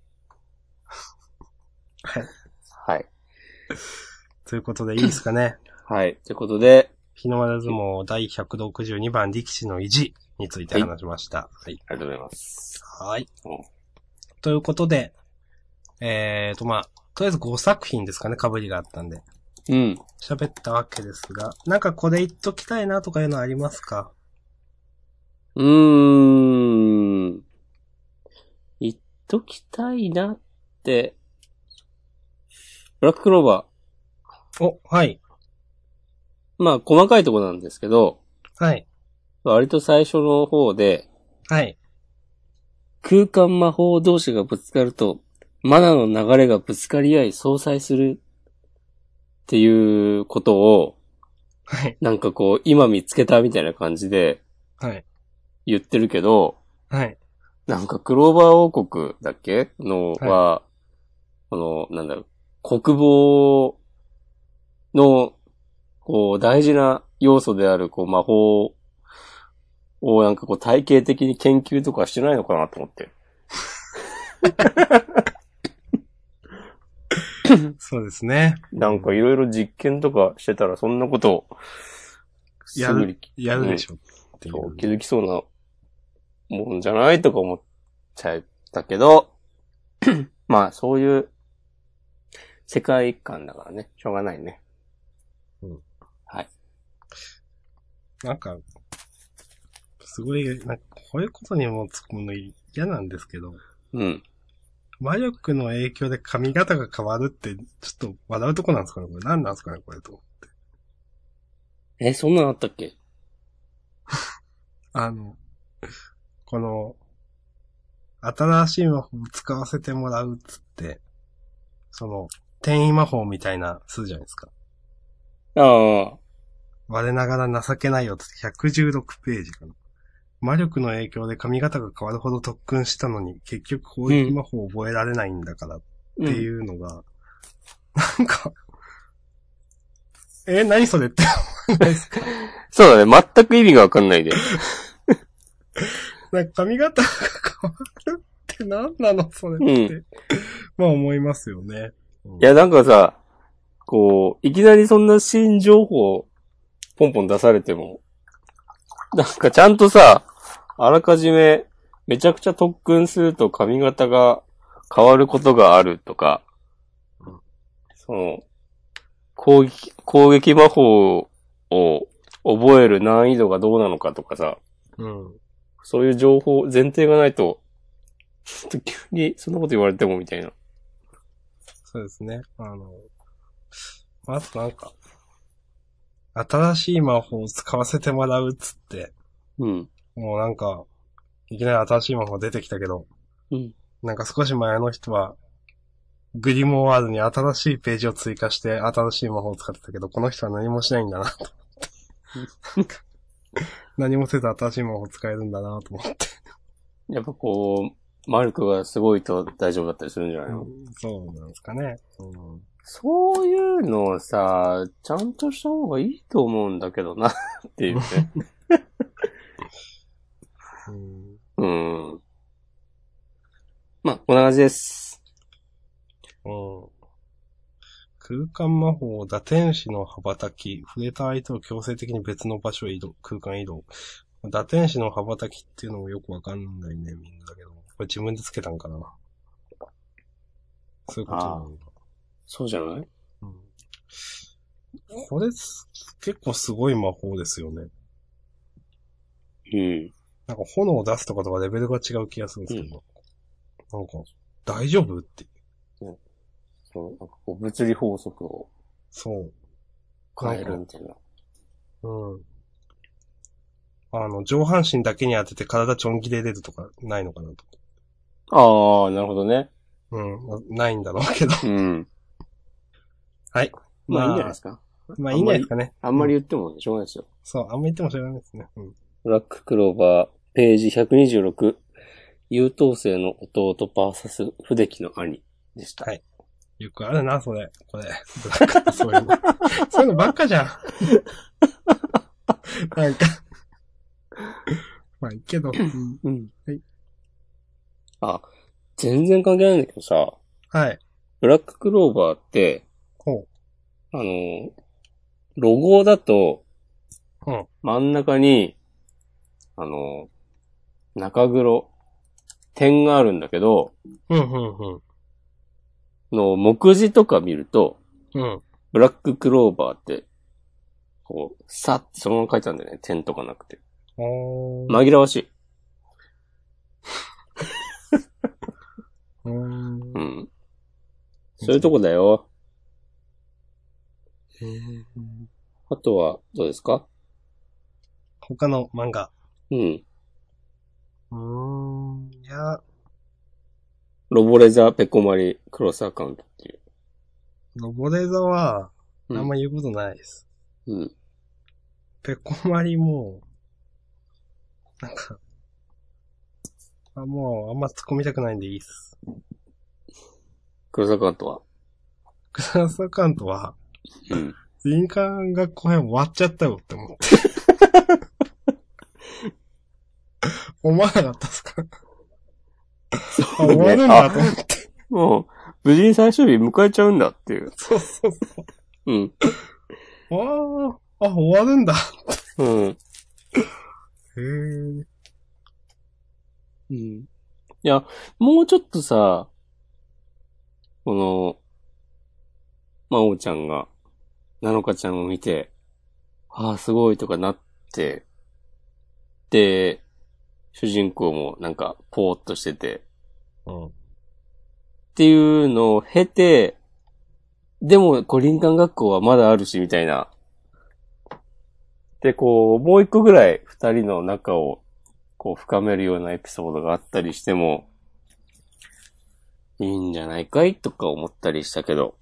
はい。 はい。 ということでいいですかね。 はい。ということで、 日の丸相撲第162番力士の意地について話しました。はい。 ありがとうございます。 はい。ということで、まあ、とりあえず5作品ですかね、被りがあったんで。 うん。 喋ったわけですが、なんかこれ言っときたいなとかいうのありますか？ 言っときたいなって、ブラッククローバー。はい。 まあ、細かいところなんですけど、 はい。 割と最初の方で、 はい。 空間魔法同士がぶつかると、マナの流れがぶつかり合い相殺するっていうことを、 はい。 なんか今見つけたみたいな感じで、 はい。 言ってるけど、 はい。 なんかクローバー王国だっけのは、なんだろう、国防の、大事な要素である、魔法をなんか体系的に研究とかしてないのかなと思って。 そうですね。 なんかいろいろ実験とかしてたらそんなことをやるでしょっていう。 そう、気づきそうなもんじゃないとか思っちゃったけど、まあそういう世界観だからね、しょうがないね。 うん。 はい。 なんか、すごい、なんかこういうことにも突っ込むの嫌なんですけど。 うん。 魔力の影響で髪型が変わるって、ちょっと笑うとこなんですかねこれ。何なんですかねこれと思って。 そんなのあったっけこの、新しい魔法を使わせてもらうっつって、転移魔法みたいなするじゃないですか。 ああ。 我ながら情けないよって116ページかな。魔力の影響で髪型が変わるほど特訓したのに、結局攻撃魔法を覚えられないんだからっていうのが、なんか、何それって思わないですか？ そうだね、全く意味がわかんないで。 なんか髪型が変わるって何なのそれって。まあ思いますよね。 いや、なんかさ、こう、いきなりそんな新情報、ポンポン出されても、なんかちゃんとさ、あらかじめ、めちゃくちゃ特訓すると髪型が変わることがあるとか、その、攻撃魔法を覚える難易度がどうなのかとかさ、そういう情報、前提がないと、急にそんなこと言われてもみたいな。 そうですね。あとなんか、新しい魔法を使わせてもらうっつって、もうなんか、いきなり新しい魔法出てきたけど、なんか少し前の人は、グリモワールに新しいページを追加して新しい魔法を使ってたけど、この人は何もしないんだなと思って。何もせず新しい魔法を使えるんだなと思って。 やっぱこう、マルクがすごいと大丈夫だったりするんじゃないの？ そうなんですかね。 そういうのをさ、ちゃんとした方がいいと思うんだけどな、っていうね。まあ、こんな感じです。 空間魔法、打天使の羽ばたき、触れた相手を強制的に別の場所へ移動、空間移動。打天使の羽ばたきっていうのもよくわかんないね、みんなだけど。これ自分でつけたんかな。そういうことなのか。 そうじゃない？ これ、結構すごい魔法ですよね。なんか炎を出すとかとかレベルが違う気がするんですけど。なんか、大丈夫って。 そう、なんかこう物理法則を。 そう。 変えるみたいな。 上半身だけに当てて体ちょん切れれるとかないのかなと。 ああ、なるほどね。 ないんだろうけど。はい。 まあいいんじゃないですか。 まあいいんじゃないですかね。 あんまり言ってもしょうがないですよ。 そう、あんまり言ってもしょうがないですね。 ブラッククローバー、ページ126、優等生の弟バーサス、不出来の兄でした。 はい。よくあるな、それ。これ。ブラックってそういうの。そういうのばっかじゃん。なんか。まあいいけど。はい。 あ、全然関係ないんだけどさ。 はい。 ブラッククローバーって、ロゴだと、真ん中に、中黒、点があるんだけど、目次とか見ると、ブラッククローバーって、こう、さってそのまま書いてあるんだよね。点とかなくて。紛らわしい。そういうとこだよ。あとは、どうですか？ 他の漫画。いや。 ロボレザペコマリクロスアカウントっていう。 ロボレザは、あんま言うことないです。ペコマリも、なんか、もう、あんま突っ込みたくないんでいいっす。 クロスアカウントはクロスアカウントは、林間学校編終わっちゃったよって思って。思わなかったっすか？終わるんだと思って。 もう、無事に最終日迎えちゃうんだっていう。 そう。終わるんだ。 いや、もうちょっとさ、この、まおちゃんが、なのかちゃんを見て、すごいとかなって、で、主人公もなんか、ぽーっとしてて、っていうのを経て、でも、林間学校はまだあるし、みたいな。で、もう一個ぐらい二人の仲を、深めるようなエピソードがあったりしても、いいんじゃないかいとか思ったりしたけど。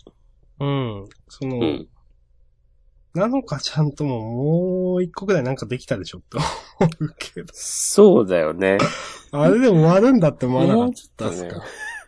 なのかちゃんともう一個ぐらいなんかできたでしょって思うけど。 そうだよね。 あれで終わるんだって思わなかったっすか。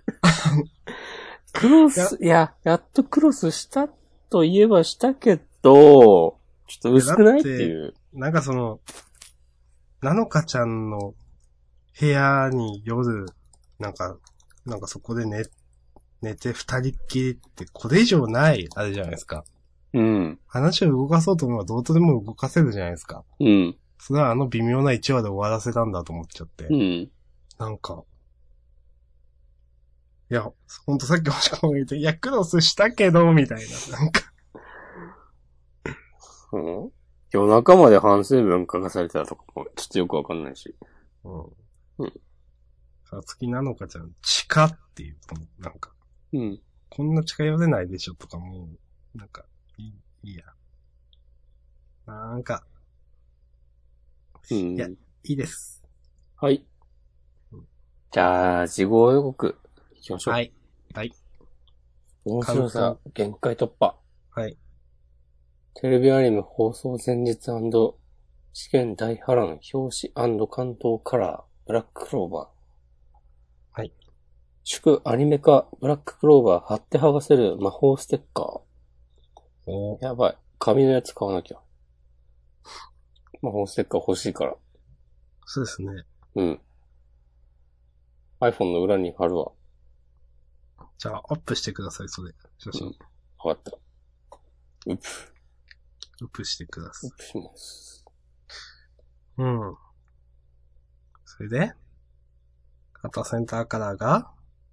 クロス、やっとクロスしたといえばしたけど、ちょっと薄くないっていう。 なんかなのかちゃんの部屋に夜、なんかそこで寝て二人っきりってこれ以上ない、あれじゃないですか。 うん。 話を動かそうと思えばどうとでも動かせるじゃないですか。 うん。 それは微妙な1話で終わらせたんだと思っちゃって。 うん。 なんか、いや、ほんとさっき星子が言って、いや、クロスしたけど、みたいな。なんか。 うん。夜中まで反省文書かされてたとかも、ちょっとよくわかんないし。 うん。 うん。 さつきなのかちゃん、地下っていう、なんか、 うん。 こんな近寄れないでしょとかもう、なんか、いいや。なんか、 ういや、いん。 いです。 はい。じゃあ、事後予告、行きましょう。 はい。はい。 面白さ、限界突破。 はい。 テレビアニメ放送前日試験大波乱、表紙関東カラー、ブラッククローバー。 はい。 祝アニメ化、ブラッククローバー貼って剥がせる魔法ステッカおー。やばい。紙のやつ買わなきゃ。魔法ステッカー欲しいから。 そうですね。 うん。iPhone の裏に貼るわ。 じゃあ、アップしてください、それ。写真。 わかった。うぷ。 アップしてください。 うぷします。 うん。それであとはセンターカラーが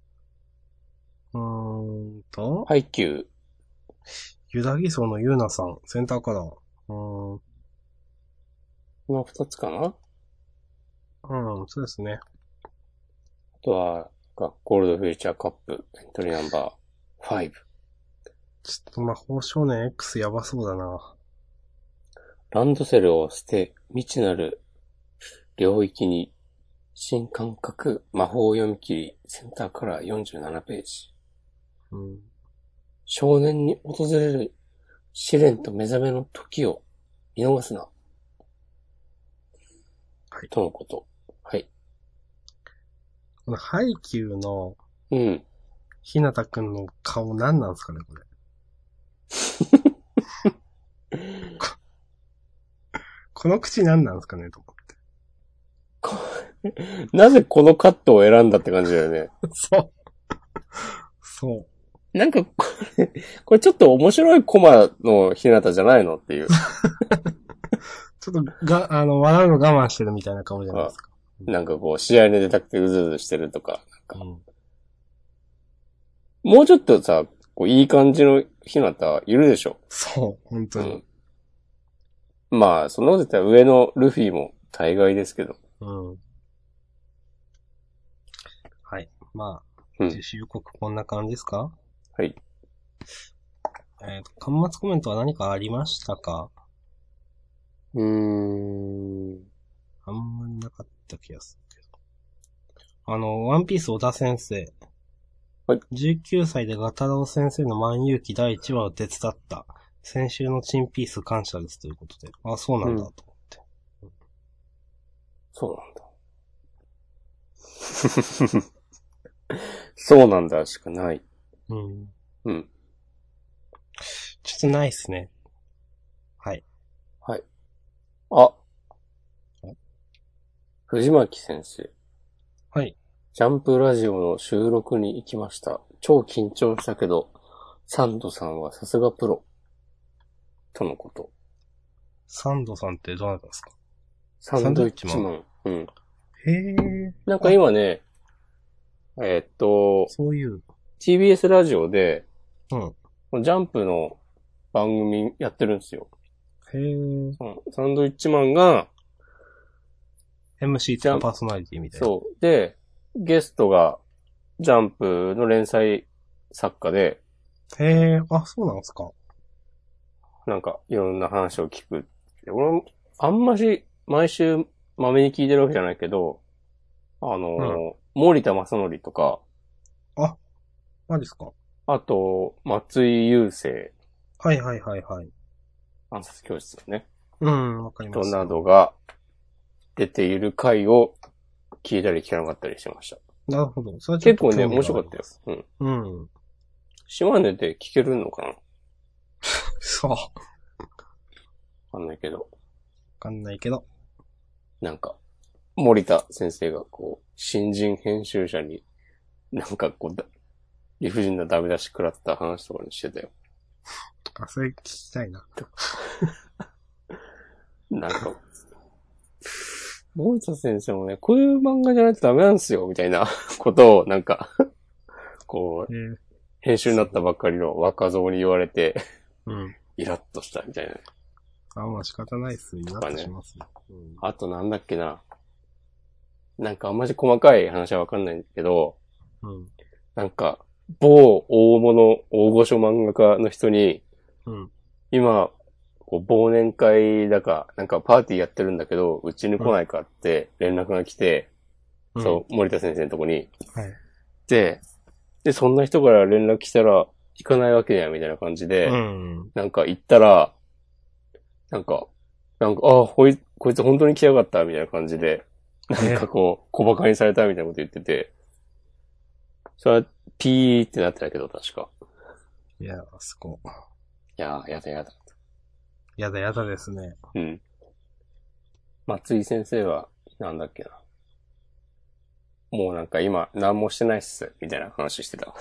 ハイキュー。 ユダギソのユーナさん、センターカラー。 この二つかな。 そうですね。 あとは、ゴールドフューチャーカップ、エントリーナンバー5。 ちょっと魔法少年 X やばそうだな。 ランドセルを捨て、未知なる領域に新感覚魔法読み切り、センターカラー47ページ。少年に訪れる試練と目覚めの時を見逃すな。 はい。 とのこと。はい。 このハイキューの、 うん。 ひなたくんの顔何なんすかね、これ。この口何なんすかね、と思って。なぜこのカットを選んだって感じだよね。 そう。そう。 なんかこれちょっと面白いコマのひなたじゃないのっていう。 ちょっと笑うの我慢してるみたいな顔じゃないですか。 なんかこう、試合に出たくてうずうずしてるとか、なんか、 うん、 もうちょっとさ、こういい感じのひなたいるでしょ。 そう、本当に。 まあ、そのこと言ったら上のルフィも大概ですけど。 はい。まあ、自主予告こんな感じですか？ はい。 端末コメントは何かありましたか？あんまりなかった気がするけど。ワンピース小田先生。 はい。 19歳でガタロウ先生の万有記第1話を手伝った。先週のチンピース感謝ですということで。あ、そうなんだと思って。 そうなんだ。そうなんだしかない。 うん。 うん。 ちょっとないっすね。はい。 はい。あ。藤巻先生。 はい。 ジャンプラジオの収録に行きました。超緊張したけど、サンドさんはさすがプロ。とのこと。 サンドさんってどなたですか？ サンドイッチマン。うん。 へえ。 なんか今ね、 そういう。 TBS ラジオで、 うん。 ジャンプの番組やってるんですよ。 へえ。 サンドイッチマンが、 MC とかパーソナリティみたいな。 そう。で、ゲストが、ジャンプの連載作家で、 へえ、あ、そうなんですか。 なんか、いろんな話を聞く。俺も、あんまし、毎週、まめに聞いてるわけじゃないけど、森田正則とか、 あ、何ですか。 あと、松井優生。 はいはいはいはい。 暗殺教室のね。 わかります。 人などが出ている回を聞いたり聞かなかったりしました。 なるほど。それ結構ね、面白かったよ。 うん。 島根で聞けるのかな？ そう。わかんないけど。 かんないけど。 なんか、 森田先生がこう、新人編集者になんかこう、理不尽なダメ出し食らった話とかにしてたよ。 あ、それ聞きたいな。 なんか、森田先生もね、こういう漫画じゃないとダメなんですよ、みたいなことを、なんか、こう、編集になったばっかりの若造に言われて、 うん。 イラッとしたみたいな。 まあ仕方ないっす。イラッとしますよ。うん、 あとなんだっけな。なんかあんまり細かい話はわかんないんだけど、 うん。 なんか、某大物、大御所漫画家の人に、 うん。 今、こう忘年会だか、なんかパーティーやってるんだけど、うちに来ないかって連絡が来て、 うん、 そう、森田先生のとこに。 はい。 で、そんな人から連絡来たら、行かないわけや、みたいな感じで、 うん。 なんか行ったら、なんか、こいつ本当に来やがった、みたいな感じで、なんかこう、小馬鹿にされたみたいなこと言ってて、それは、ピーってなってたけど、確か。 いや、そこ。 いやー、やだ。 やだですね。 うん。松井先生は、なんだっけな。もうなんか今、何もしてないっす、みたいな話してた。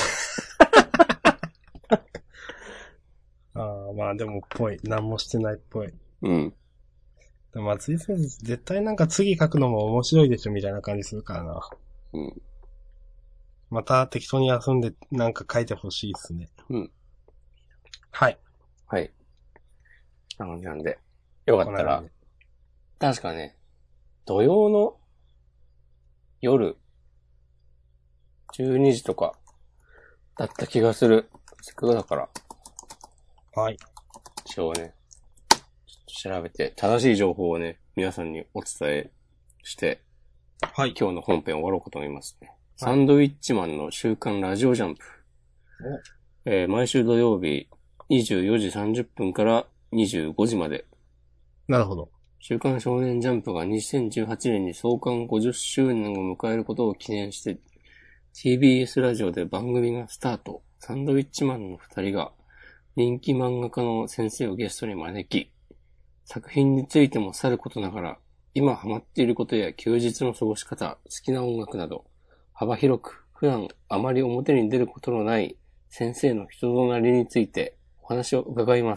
まあでもっぽい。何もしてないっぽい。 うん。 でも松井先生、絶対なんか次書くのも面白いでしょ、みたいな感じするからな。 うん。 また適当に休んでなんか書いてほしいっすね。 うん。 はい。 はい。なんで、よかったら、確かね、土曜の夜、12時とか、だった気がする。せっかくだから。 はい。 一応ね、ちょっと調べて、正しい情報をね、皆さんにお伝えして、 はい。 今日の本編終わろうかと思いますね。サンドウィッチマンの週刊ラジオジャンプ。毎週土曜日24時30分から25時まで。 なるほど。 週刊少年ジャンプが2018年に創刊50周年を迎えることを記念して、TBS ラジオで番組がスタート。サンドウィッチマンの2人が人気漫画家の先生をゲストに招き、作品についてもさることながら、今ハマっていることや休日の過ごし方、好きな音楽など、幅広く普段あまり表に出ることのない先生の人となりについてお話を伺います。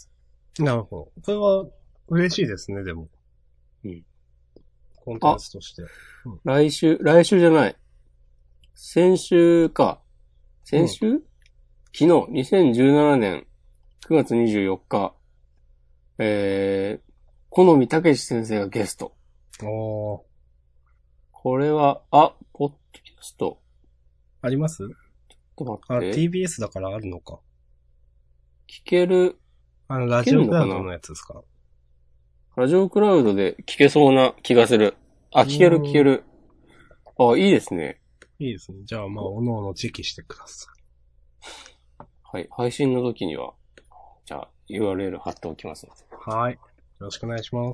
なるほど。これは嬉しいですね、でも。 うん。 コンテンツとして。 来週じゃない。先週か。先週、昨日、2017年9月24日、好みたけし先生がゲスト。 おー。 これは、ポッドキャスト。 あります？ ちょっと待って。 TBS だからあるのか。 聞ける。 ラジオクラウドのやつですか？ ラジオクラウドで聞けそうな気がする。聞ける。いいですね。 いいですね。じゃあ、まあ、おのおのチェキしてください。 はい。配信の時には、じゃあ、URL 貼っておきますので。 はい。よろしくお願いします。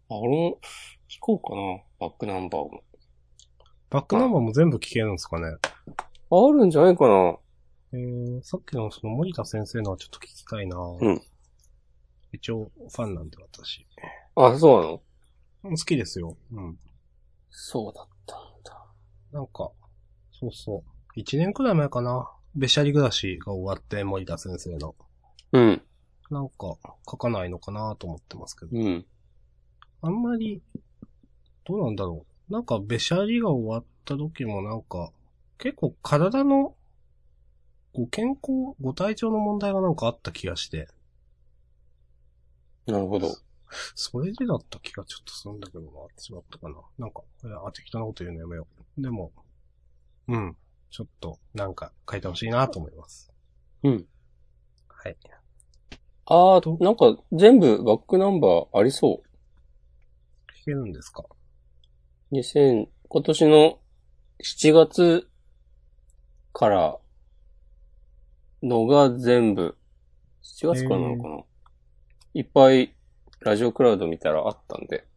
俺も聞こうかな。バックナンバーも。 バックナンバーも全部聞けるんですかね？ あるんじゃないかな。 さっきのその森田先生のはちょっと聞きたいな。 うん。 一応、ファンなんで私。 そうなの？ 好きですよ。うん。 そうだったんだ。 なんか、そうそう。1年くらい前かな。べしゃり暮らしが終わって、森田先生の。 うん。 なんか、書かないのかなと思ってますけど。 うん。 あんまり、どうなんだろう。なんか、べしゃりが終わった時もなんか、結構体の、健康、ご体調の問題がなんかあった気がして。 なるほど。 それでだった気がちょっとするんだけどな。違ったかな。なんか、適当なこと言うのやめよう。でも、うん。ちょっと、なんか、書いてほしいなと思います。 うん。 はい。 なんか、全部バックナンバーありそう。 聞けるんですか？ 今年の7月からのが全部、7月からなのかな、いっぱいラジオクラウド見たらあったんで、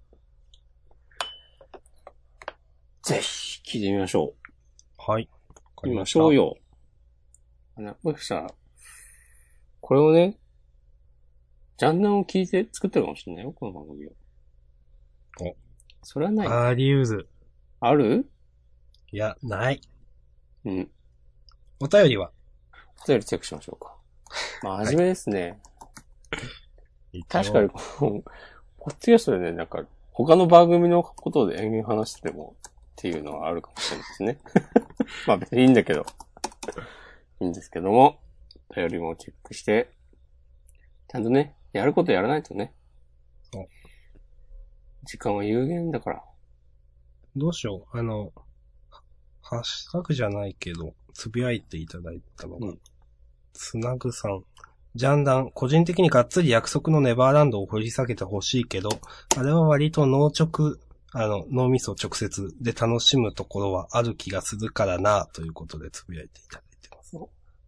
ぜひ聞いてみましょう。はい。 見ましょうよ。もしかしたら、これをね、ジャンルを聞いて作ってるかもしれないよ、この番組を。 それはない。 ありうる。 ある？ いや、ない。 うん。 お便りはお便りチェックしましょうか。真面目ですね。確かにこの、ポッドキャストでね、なんか、他の番組のことで延々話しててもっていうのはあるかもしれないですね。まあ別にいいんだけど。いいんですけども、お便りもチェックして、ちゃんとね、やることやらないとね。 そう。 時間は有限だから。 どうしよう。ハッシュタグじゃないけど、つぶやいていただいたのが、つなぐさん。ジャンダン、個人的にがっつり約束のネバーランドを掘り下げてほしいけど、あれは割と脳みそ直接で楽しむところはある気がするからな、ということでつぶやいていただいてます。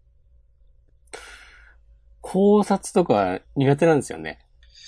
考察とか苦手なんですよね。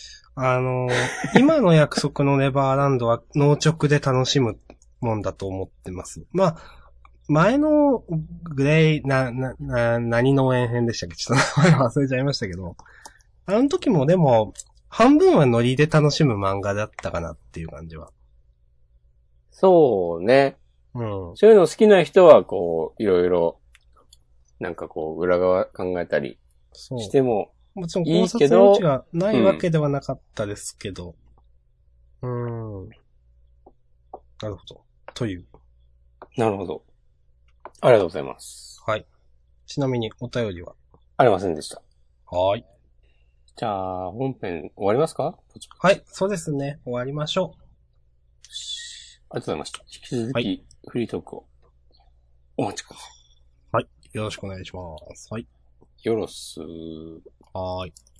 今の約束のネバーランドは脳直で楽しむもんだと思ってます。まあ、前のグレイ、何農園編でしたっけ？ちょっと名前忘れちゃいましたけど、あの時もでも、半分はノリで楽しむ漫画だったかなっていう感じは。 そうね。 うん。 そういうの好きな人は、こう、いろいろ、なんかこう、裏側考えたりしてももちろんい考察いけど、 の余地がないわけではなかったですけど。なるほど。という。 なるほど。ありがとうございます。 はい。ちなみにお便りはありませんでした。 はい。 じゃあ、本編終わりますか？ はい、そうですね。終わりましょう。 ありがとうございました。引き続き、 はい、 フリートークをお待ちください。 はい。よろしくお願いします。はい。 よろす。 はーい。